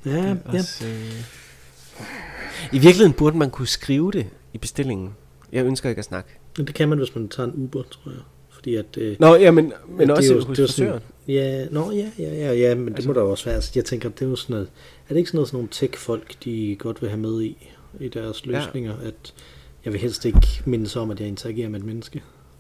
I virkeligheden burde man kunne skrive det i bestillingen. Jeg ønsker ikke at snakke. Men det kan man, hvis man tager en Uber, tror jeg. Fordi at... men også hos frisøren. Ja, men det må der også være. Altså, jeg tænker, det er jo sådan noget... Er det ikke sådan nogle tech-folk, de godt vil have med i deres løsninger, at jeg vil helst ikke mindes om, at jeg interagerer med et menneske.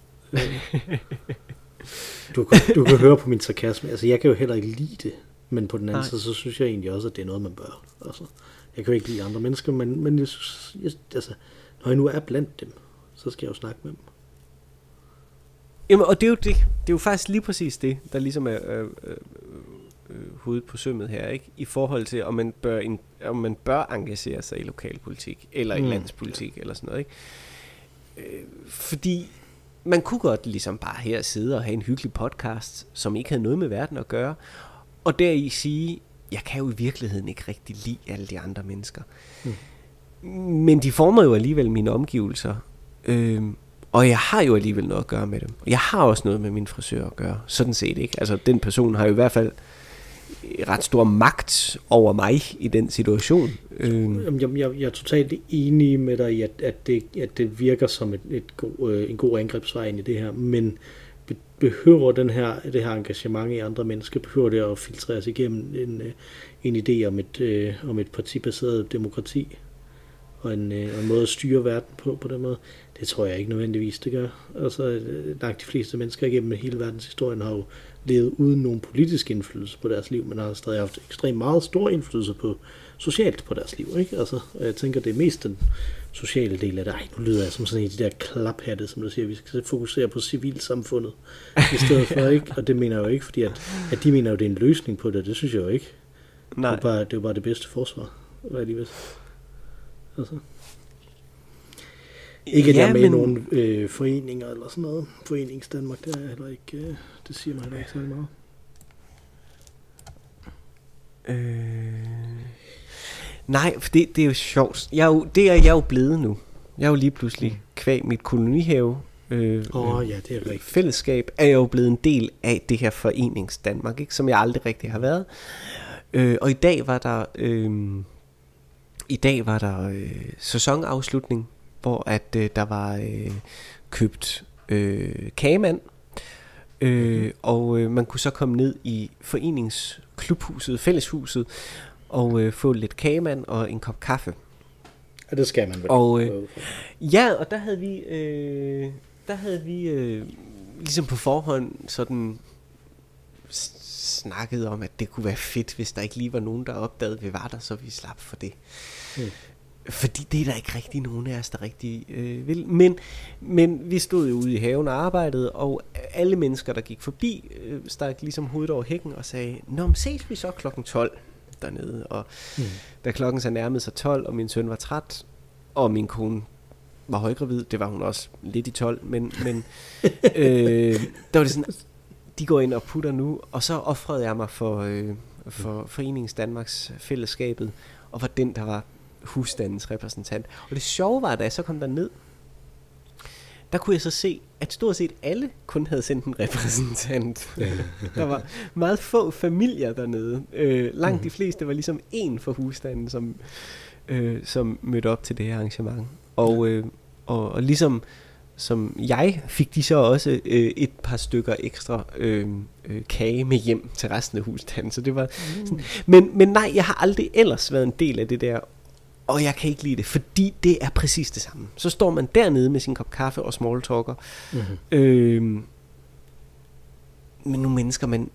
Du kan høre på min sarkasme. Altså, jeg kan jo heller ikke lide det, men på den anden side, så synes jeg egentlig også, at det er noget, man bør. Altså, jeg kan jo ikke lide andre mennesker, men jeg synes, altså, når jeg nu er blandt dem, så skal jeg jo snakke med dem. Jamen, og det er jo det. Det er jo faktisk lige præcis det, der ligesom er hovedet på sømmet her, ikke? I forhold til, om man bør engagere sig i lokalpolitik, eller i landspolitik, eller sådan noget, ikke? Fordi man kunne godt ligesom bare her sidde og have en hyggelig podcast, som ikke havde noget med verden at gøre, og deri sige, jeg kan jo i virkeligheden ikke rigtig lide alle de andre mennesker. Men de former jo alligevel mine omgivelser, og jeg har jo alligevel noget at gøre med dem. Jeg har også noget med min frisør at gøre, sådan set, ikke? Altså, den person har jo i hvert fald ret stor magt over mig i den situation. Jeg er totalt enig med dig i, at det virker som en god angrebsvej ind i det her, men behøver det her engagement i andre mennesker, behøver det at filtreres igennem en idé om et partibaseret demokrati og en måde at styre verden på den måde? Det tror jeg ikke nødvendigvis, det gør. Altså, langt de fleste mennesker igennem hele verdenshistorien har jo levet uden nogen politisk indflydelse på deres liv, men har stadig haft ekstremt meget stor indflydelse socialt på deres liv, ikke? Altså, jeg tænker, det er mest den sociale del af det. Nu lyder jeg som sådan en af de der klaphatte, som du siger, vi skal fokusere på civilsamfundet i stedet for, ikke? Og det mener jeg jo ikke, fordi at de mener jo, det er en løsning på det. Det synes jeg jo ikke. Nej. Det er jo bare det bedste forsvar, hvad jeg lige ved. Altså. Ikke at jeg er med i nogle foreninger eller sådan noget. Foreningsdanmark, det er heller ikke, det siger mig heller ikke særlig meget. Nej, for det er jo sjovt. Det er jeg jo blevet nu. Jeg er jo lige pludselig kvæg mit kolonihave. Ja, det er rigtigt. Fællesskab er jeg jo blevet en del af det her Foreningsdanmark, ikke, som jeg aldrig rigtig har været. Og i dag var der sæsonafslutning, hvor at der var købt kagemand, og man kunne så komme ned i foreningsklubhuset, fælleshuset, og få lidt kagemand og en kop kaffe. Ja, det skal man vel. Og og der havde vi ligesom på forhånd sådan snakket om, at det kunne være fedt, hvis der ikke lige var nogen, der opdagede, at vi var der, så vi slap for det. Fordi det er der ikke rigtig nogen af os, der rigtig vil. Men vi stod jo ude i haven og arbejdede, og alle mennesker, der gik forbi, stak ligesom hovedet over hækken og sagde, nå, men ses vi så klokken 12 dernede. Og da klokken så nærmede sig 12, og min søn var træt, og min kone var højgravid, det var hun også lidt i 12, men der var det sådan, de går ind og putter nu, og så offrede jeg mig for Forenings Danmarks fællesskabet, og var den, der var husstandens repræsentant. Og det sjove var, da jeg så kom der ned, der kunne jeg så se, at stort set alle kun havde sendt en repræsentant. Der var meget få familier dernede. Langt de fleste var ligesom en for husstanden, som mødte op til det her arrangement. Og ligesom som jeg fik de så også et par stykker ekstra kage med hjem til resten af husstanden. Så det var sådan. Men nej, jeg har aldrig ellers været en del af det der. Og jeg kan ikke lide det, fordi det er præcis det samme. Så står man dernede med sin kop kaffe og smalltalker. Men nogle mennesker, man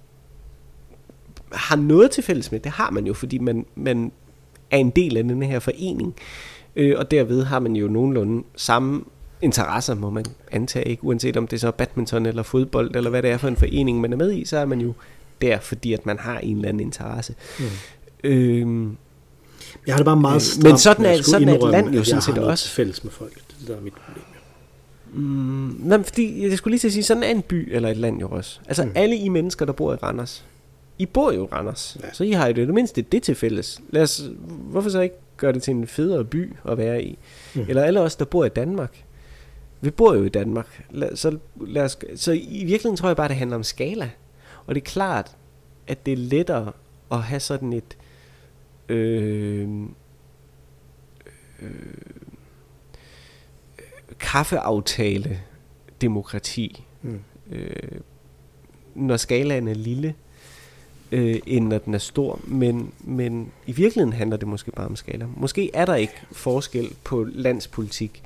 har noget til fælles med, det har man jo, fordi man er en del af den her forening. Og derved har man jo nogenlunde samme interesser, må man antage, ikke? Uanset om det er så badminton eller fodbold, eller hvad det er for en forening, man er med i, så er man jo der, fordi at man har en eller anden interesse. Jeg har det bare meget stramt, men sådan er et land jo sådan set også fælles med folk. Det der er mit problem. Nej, fordi jeg skulle lige til at sige, sådan er en by eller et land jo også. Altså alle I mennesker, der bor i Randers, I bor jo i Randers, så I har jo det mindste det til fælles. Hvorfor så ikke gøre det til en federe by at være i? Eller alle os, der bor i Danmark. Vi bor jo i Danmark. Så i virkeligheden tror jeg bare, det handler om skala. Og det er klart, at det er lettere at have sådan et kaffeaftale demokrati, når skalaen er lille, end når den er stor, men i virkeligheden handler det måske bare om skala. Måske er der ikke forskel på landspolitik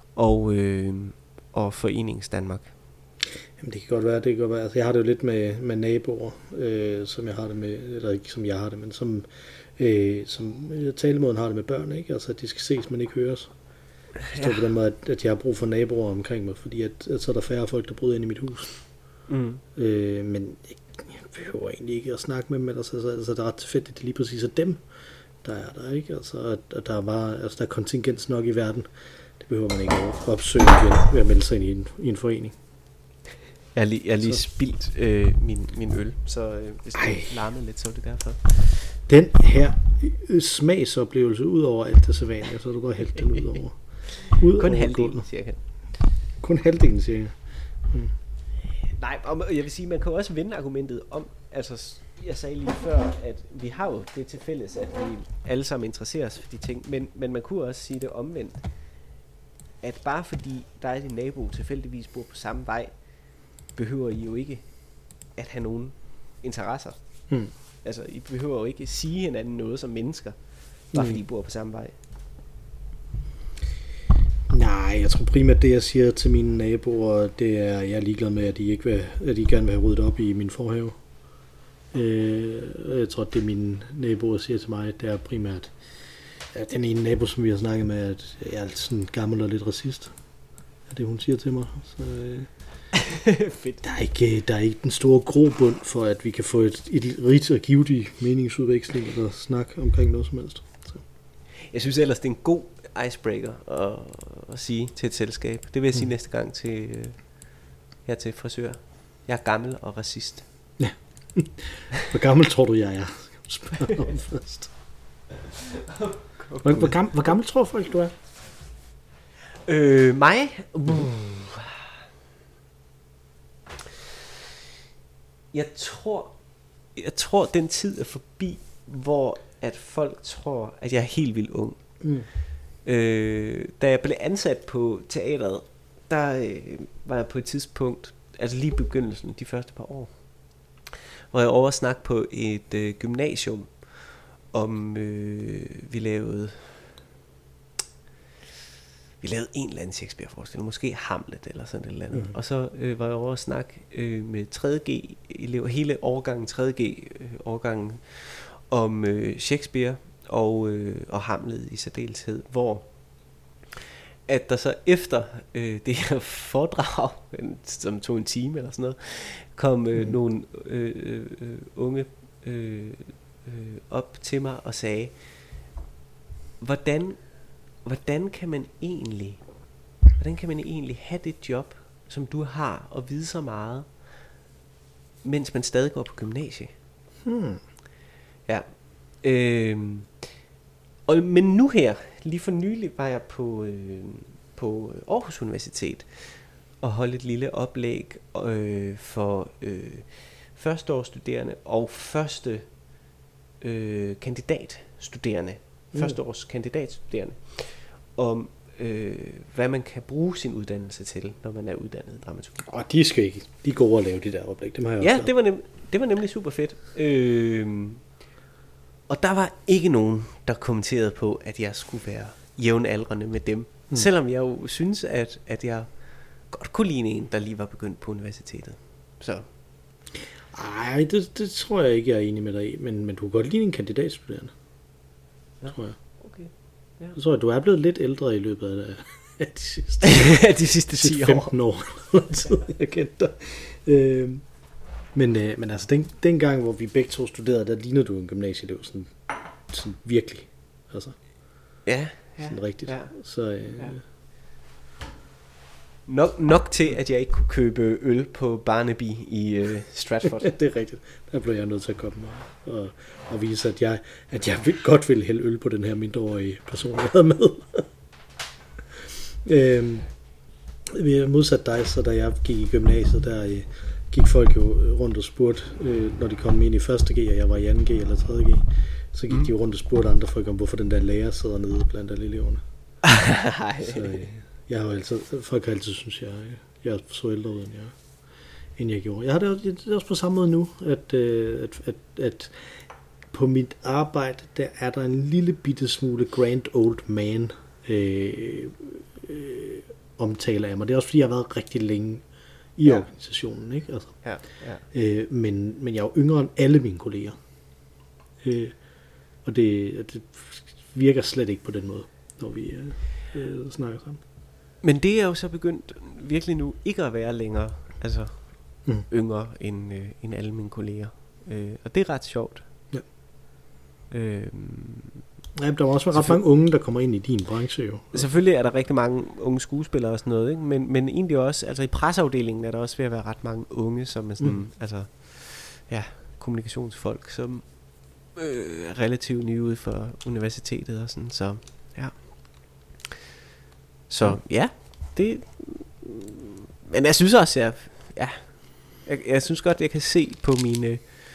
og Forenings Danmark. Jamen det kan godt være, Altså, jeg har det jo lidt med naboer, som jeg har det med, eller ikke som jeg har det, men som talemåden har det med børn, ikke? Altså at de skal ses, men ikke høres. Så på den måde, at jeg har brug for naboer omkring mig, fordi at så er der færre folk, der bryder ind i mit hus. Men jeg behøver egentlig ikke at snakke med dem, altså det er ret tilfældigt, det er lige præcis af dem, der er der, ikke? Altså at der er kontingens nok i verden. Det behøver man ikke at opsøge igen ved at melde sig ind i en forening. Jeg har lige spildt min øl, så hvis det larmede lidt, så er det derfor. Den her smagsoplevelse ud over alt det sædvanlige, så er du godt hældt den ud over. Kun halvdelen, cirka. Kun halvdelen, cirka. Nej, og jeg vil sige, man kan jo også vende argumentet om, altså jeg sagde lige før, at vi har jo det til fælles, at vi alle sammen interesserer os for de ting, men man kunne også sige det omvendt, at bare fordi der er din nabo tilfældigvis bor på samme vej, behøver I jo ikke at have nogen interesser. Altså, I behøver jo ikke sige hinanden noget som mennesker, bare fordi I bor på samme vej. Nej, jeg tror primært det, jeg siger til mine naboer, det er, jeg er ligeglad med, at de gerne vil have ryddet op i min forhave. Jeg tror, det mine naboer siger til mig, det er primært, at den ene nabo, som vi har snakket med, at jeg er sådan gammel og lidt racist. Det er det, hun siger til mig. Så, fedt. Der er ikke den store grobund for, at vi kan få et rigt og givetigt meningsudveksling eller snak omkring noget som helst. Så. Jeg synes ellers, det er en god icebreaker at sige til et selskab. Det vil jeg sige næste gang til frisør. Jeg er gammel og racist. Ja. Hvor gammel tror du, jeg er? Spørg om først. Hvor gammel tror folk, du er? Mig? Jeg tror den tid er forbi, hvor at folk tror, at jeg er helt vildt ung. Da jeg blev ansat på teateret, der var jeg på et tidspunkt, altså lige i begyndelsen, de første par år, hvor jeg oversnak på et gymnasium om vi lavede en eller anden Shakespeare-forestilling, måske Hamlet eller sådan et eller andet. Og så var jeg over at snakke med 3.G elever, hele årgangen 3.G årgangen om Shakespeare og Hamlet i særdeleshed, hvor at der så efter det her foredrag, som tog en time eller sådan noget, kom nogle unge op til mig og sagde, hvordan kan man egentlig have det job, som du har, og vide så meget, mens man stadig går på gymnasie? Ja. Men nu her, lige for nylig, var jeg på på Aarhus Universitet og holde et lille oplæg for førsteårsstuderende og første kandidatstuderende, førsteårs kandidatstuderende, om hvad man kan bruge sin uddannelse til, når man er uddannet i dramaturgi. Og de skal ikke, de går over og lave det der oplæg, det har jeg også det var nemlig super fedt. Og der var ikke nogen, der kommenterede på, at jeg skulle være jævnaldrende med dem. Selvom jeg jo synes, at jeg godt kunne ligne en, der lige var begyndt på universitetet. Så. Ej, det tror jeg ikke, jeg er enig med dig i, men du kan godt ligne en kandidatstuderende. Ja. Tror jeg. Okay. Ja. Jeg tror, at du er blevet lidt ældre i løbet af de sidste 10 år. 15 år, jeg kendte dig. Men altså, den gang, hvor vi begge to studerede, der lignede du en gymnasieelev, sådan virkelig. Altså. Ja. Sådan rigtigt. Ja. Så, Nok til, at jeg ikke kunne købe øl på Barnaby i Stratford. Det er rigtigt. Der blev jeg nødt til at komme og vise, at jeg godt ville hælde øl på den her mindreårige person, jeg havde med. Vi har modsat dig, så da jeg gik i gymnasiet, der gik folk jo rundt og spurgte, når de kom ind i 1. G, og jeg var i 2. G eller 3. G, så gik de rundt og spurgte andre folk om, hvorfor den der lærer sidder nede blandt alle eleverne. Så jeg har jo altid, folk har altid synes, jeg så ældre ud, end jeg gjorde. Jeg har det også på samme måde nu, at på mit arbejde, der er der en lille bitte smule grand old man omtale af mig. Det er også fordi, jeg har været rigtig længe i organisationen, ikke? Altså. Ja. Men jeg er jo yngre end alle mine kolleger. Og det virker slet ikke på den måde, når vi snakker sammen. Men det er jo så begyndt virkelig nu ikke at være længere, altså yngre end alle mine kolleger. Og det er ret sjovt. Ja. Ja, der var også ret mange unge, der kommer ind i din branche jo. Selvfølgelig er der rigtig mange unge skuespillere og sådan noget, ikke? Men egentlig også, altså i presseafdelingen er der også ved at være ret mange unge, som er sådan, altså, ja, kommunikationsfolk, som er relativt nye ude for universitetet og sådan, så ja. Så ja, det. Men jeg synes også, jeg synes godt, jeg kan se på mine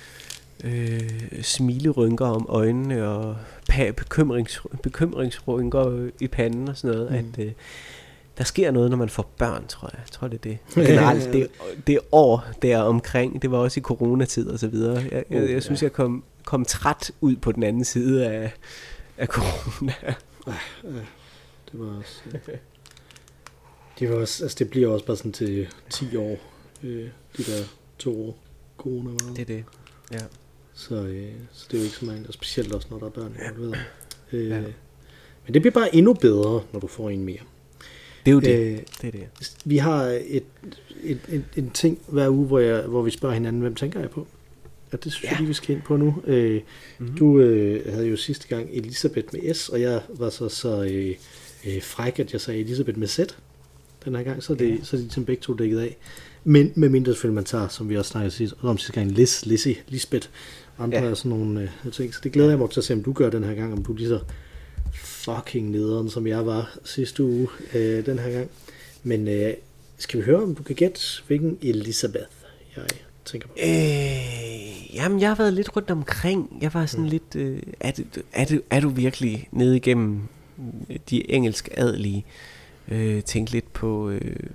smilerynker om øjnene og bekymringsrynker i panden og sådan noget, at der sker noget, når man får børn, tror jeg. Jeg tror, det er det. Generelt, det år der omkring, det var også i coronatid og så videre. Jeg synes, jeg kom træt ud på den anden side af corona. Det var også, altså det bliver også bare sådan til 10 år, de der 2 år corona var. Det er det, ja. Så det er jo ikke så mange, og specielt også når der er børn. Men det bliver bare endnu bedre, når du får en mere. Det er jo det. Det er det. Vi har en ting hver uge, hvor vi spørger hinanden, hvem tænker jeg på? Og det synes jeg lige, vi skal ind på nu. Du havde jo sidste gang Elisabeth med S, og jeg var så fræk, at jeg sagde Elisabeth med Z den her gang, så er de ligesom begge to dækket af. Men med mindre selvfølgelig man tager, som vi også snakkede om sidste gang, Lizzie, Lisbeth, andre er sådan nogle ting. Så det glæder jeg mig til at se, om du gør den her gang, om du lige så fucking nederen, som jeg var sidste uge den her gang. Men skal vi høre, om du kan gætte, hvilken Elisabeth jeg tænker på? Jamen, jeg har været lidt rundt omkring. Jeg var sådan lidt, er du virkelig nede igennem de engelsk adelige? Tænkte lidt på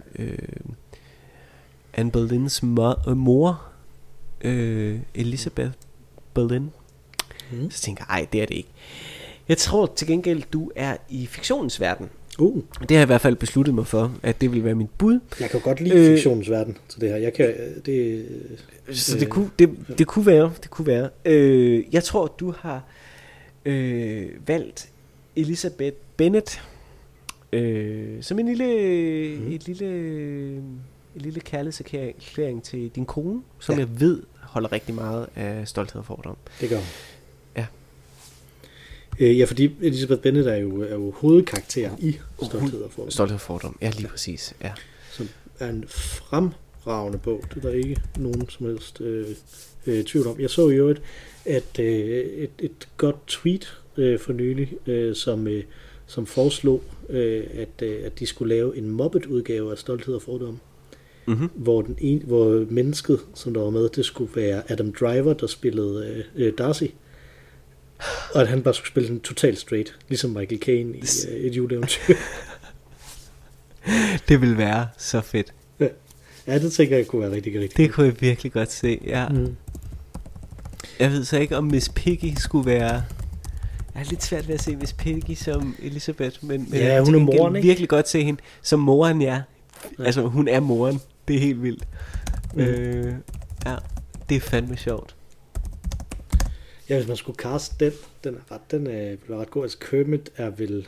Anne Boleyns mor, Elizabeth Boleyn. Så tænker jeg, det er det ikke. Jeg tror til gengæld, du er i fiktionens verden. Det har jeg i hvert fald besluttet mig for, at det vil være mit bud. Jeg kan godt lide fiktionens verden til det her. Så det kunne være. Jeg tror, du har valgt Elizabeth Bennet som en lille kærlighedserklæring til din kone, som jeg ved holder rigtig meget af Stolthed og Fordom. Det gør hun. Ja. Ja, fordi Elizabeth Bennet er jo hovedkarakteren i Stolthed og Fordom. Stolthed og Fordom, ja, lige præcis. Ja. Som er en fremragende bog. Det er der ikke nogen som helst tvivl om. Jeg så jo et godt tweet for nylig, som foreslog, at de skulle lave en Muppet-udgave af Stolthed og Fordom, hvor mennesket, som der var med, det skulle være Adam Driver, der spillede Darcy, og at han bare skulle spille den totalt straight, ligesom Michael Caine i et juleeventyr. Det ville være så fedt. Ja, det tænker jeg kunne være rigtig. Det kunne jeg virkelig godt se, ja. Jeg ved så ikke, om Miss Piggy skulle være... Jeg er lidt svært ved at se Miss Piggy som Elizabeth, men ja, hun er moren, ikke? Virkelig godt se hende som moren, ja. Altså, hun er moren. Det er helt vildt. Ja, det er fandme sjovt. Ja, hvis man skulle caste den er ret god. Altså, Kermit er vel...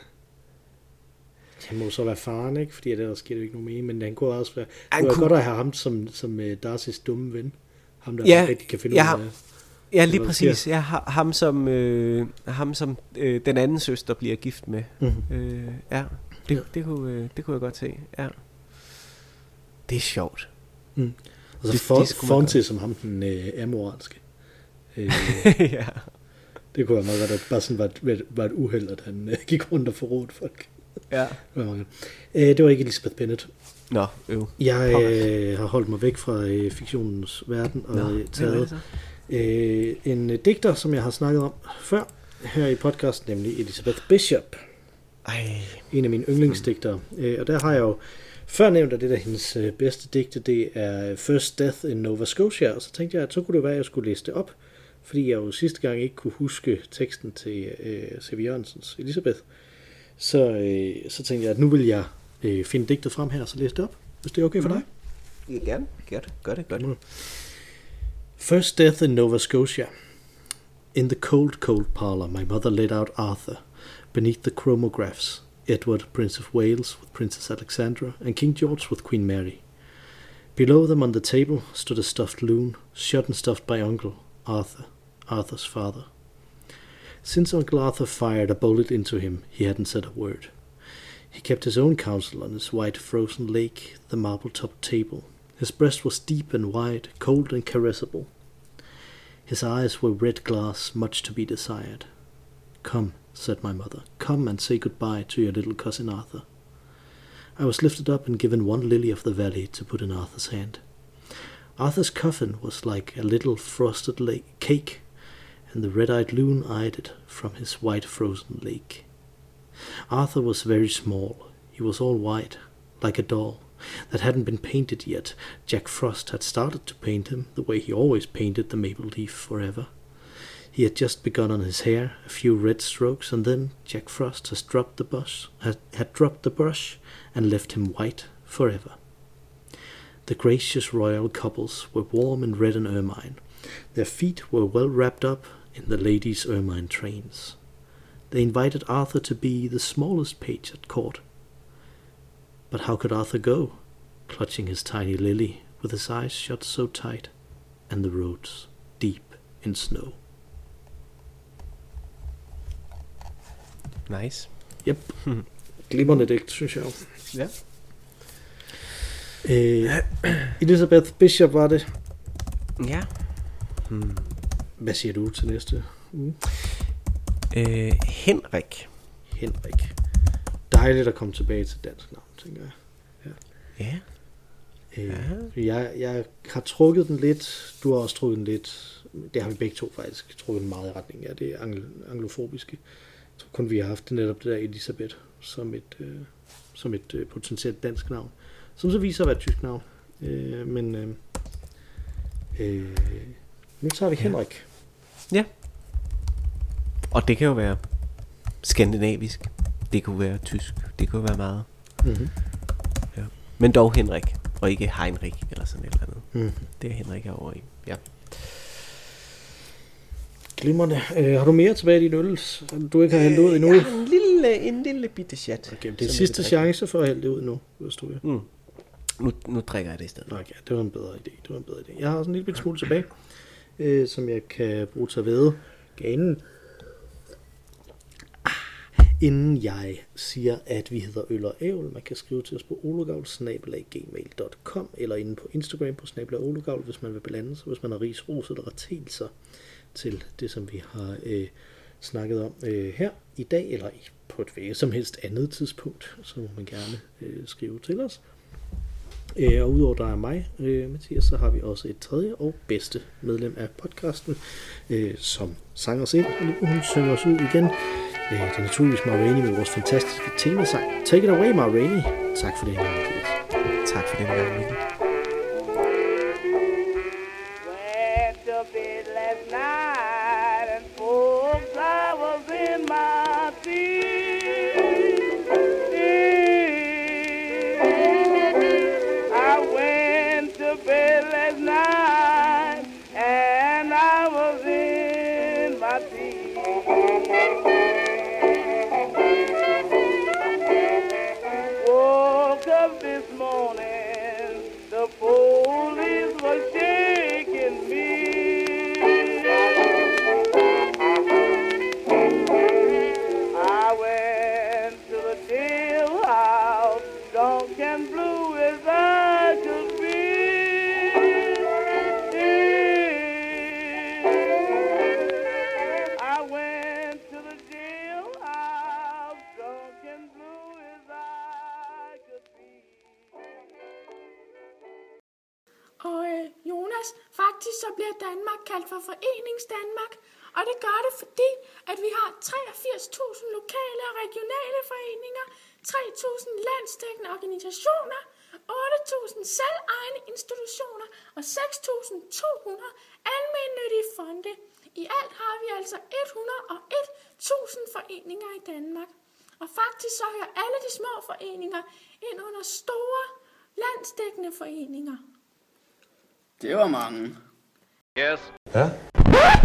Han må så være faren, ikke? Fordi der sker det ikke nogen mening, men han kunne også være... Det var godt at have ham som Darcys dumme ven. Ham, der rigtig kan finde ud af... Ja, lige præcis. Jeg har ham som den anden søster bliver gift med. Ja, det kunne jeg godt se. Ja. Det er sjovt. Og så Fonzie som ham den amoralske. Ja. Det kunne være meget godt, at bare sådan var et uheld, at han gik rundt og forrådte folk. Ja. Det var ikke Elizabeth Bennet. Nå, Jeg har holdt mig væk fra fiktionens verden og taget en digter, som jeg har snakket om før her i podcasten, nemlig Elizabeth Bishop. En af mine yndlingsdigtere. Og der har jeg jo før nævnt, at det der hendes bedste digte, det er First Death in Nova Scotia, og så tænkte jeg, at så kunne det være, at jeg skulle læse det op, fordi jeg jo sidste gang ikke kunne huske teksten til C.V. Jørgensens Elizabeth. Så tænkte jeg, at nu vil jeg finde digtet frem her, så læse det op, hvis det er okay for dig. Ja, gerne. Gør det. First Death in Nova Scotia. In the cold parlor, my mother led out Arthur. Beneath the chromographs, Edward, Prince of Wales, with Princess Alexandra, and King George with Queen Mary. Below them on the table stood a stuffed loon, shot and stuffed by Uncle Arthur, Arthur's father. Since Uncle Arthur fired a bullet into him, he hadn't said a word. He kept his own counsel on his white frozen lake, the marble-topped table. His breast was deep and wide, cold and caressable. His eyes were red glass, much to be desired. Come, said my mother, come and say goodbye to your little cousin Arthur. I was lifted up and given one lily of the valley to put in Arthur's hand. Arthur's coffin was like a little frosted cake, and the red-eyed loon eyed it from his white frozen lake. Arthur was very small. He was all white, like a doll, that hadn't been painted yet. Jack Frost had started to paint him the way he always painted the maple leaf forever. He had just begun on his hair, a few red strokes, and then Jack Frost had dropped the brush and left him white forever. The gracious royal couples were warm in red and ermine. Their feet were well wrapped up in the ladies' ermine trains. They invited Arthur to be the smallest page at court. But how could Arthur go, clutching his tiny lily, with his eyes shut so tight, and the roads deep in snow? Nice. Yep. Glimrende digt, synes jeg. Ja. Elizabeth Bishop var det. Ja. Hvad siger du til næste uge? Henrik. Dejligt at komme tilbage til dansk navn, tænker jeg. Ja. Jeg har trukket den lidt. Du har også trukket den lidt. Det har vi begge to faktisk trukket den meget i retning af det anglofobiske. Jeg tror kun vi har haft det netop det der Elisabeth som et potentielt dansk navn, som så viser at være et tysk navn. Nu tager vi Henrik. Ja. Og det kan jo være skandinavisk. Det kunne være tysk. Det kunne være meget. Ja. Men dog Henrik, og ikke Heinrich eller sådan et eller andet. Det er Henrik herovre i. Ja. Glimrende. Har du mere tilbage i din øl, du ikke har hældt ud endnu? Jeg har en lille bitte chat. Okay, det er sidste chance for at hælde det ud nu, hvis du vil. Nu drikker jeg det i stedet. Okay, det var en bedre idé. Jeg har også en lille bitte smule tilbage, som jeg kan bruge til at væde ganen. Inden jeg siger, at vi hedder Øl og Ævl, man kan skrive til os på ologavl@gmail.com eller inde på Instagram på @ologavl, hvis man vil blande sig, hvis man har ris, ros eller retelser til det, som vi har snakket om her i dag, eller på et hvilket som helst andet tidspunkt, så må man gerne skrive til os. Og udover der er mig, Mathias, så har vi også et tredje og bedste medlem af podcasten, som sang os ind, og hun synger os ud igen. Det er naturligvis Ma Rainey med vores fantastiske temasang. Take it away, Ma Rainey. Tak for det, Mathias. Tak for det, Mikkel. Went to bed last night and folks I was in my seat. I went to bed last night and I was in my seat. Woke up this morning, the police were shaking me. I went to the jailhouse, drunk and blue as I could be. I went to the jailhouse, drunk and blue as I could be. Og Jonas, faktisk så bliver Danmark kaldt for Foreningsdanmark, og det gør det, fordi at vi har 83.000 lokale og regionale foreninger, 3.000 landsdækkende organisationer, 8.000 selvejende institutioner og 6.200 almennyttige fonde. I alt har vi altså 101.000 foreninger i Danmark. Og faktisk så hører alle de små foreninger ind under store landsdækkende foreninger. Det var mange. Yes. Ja?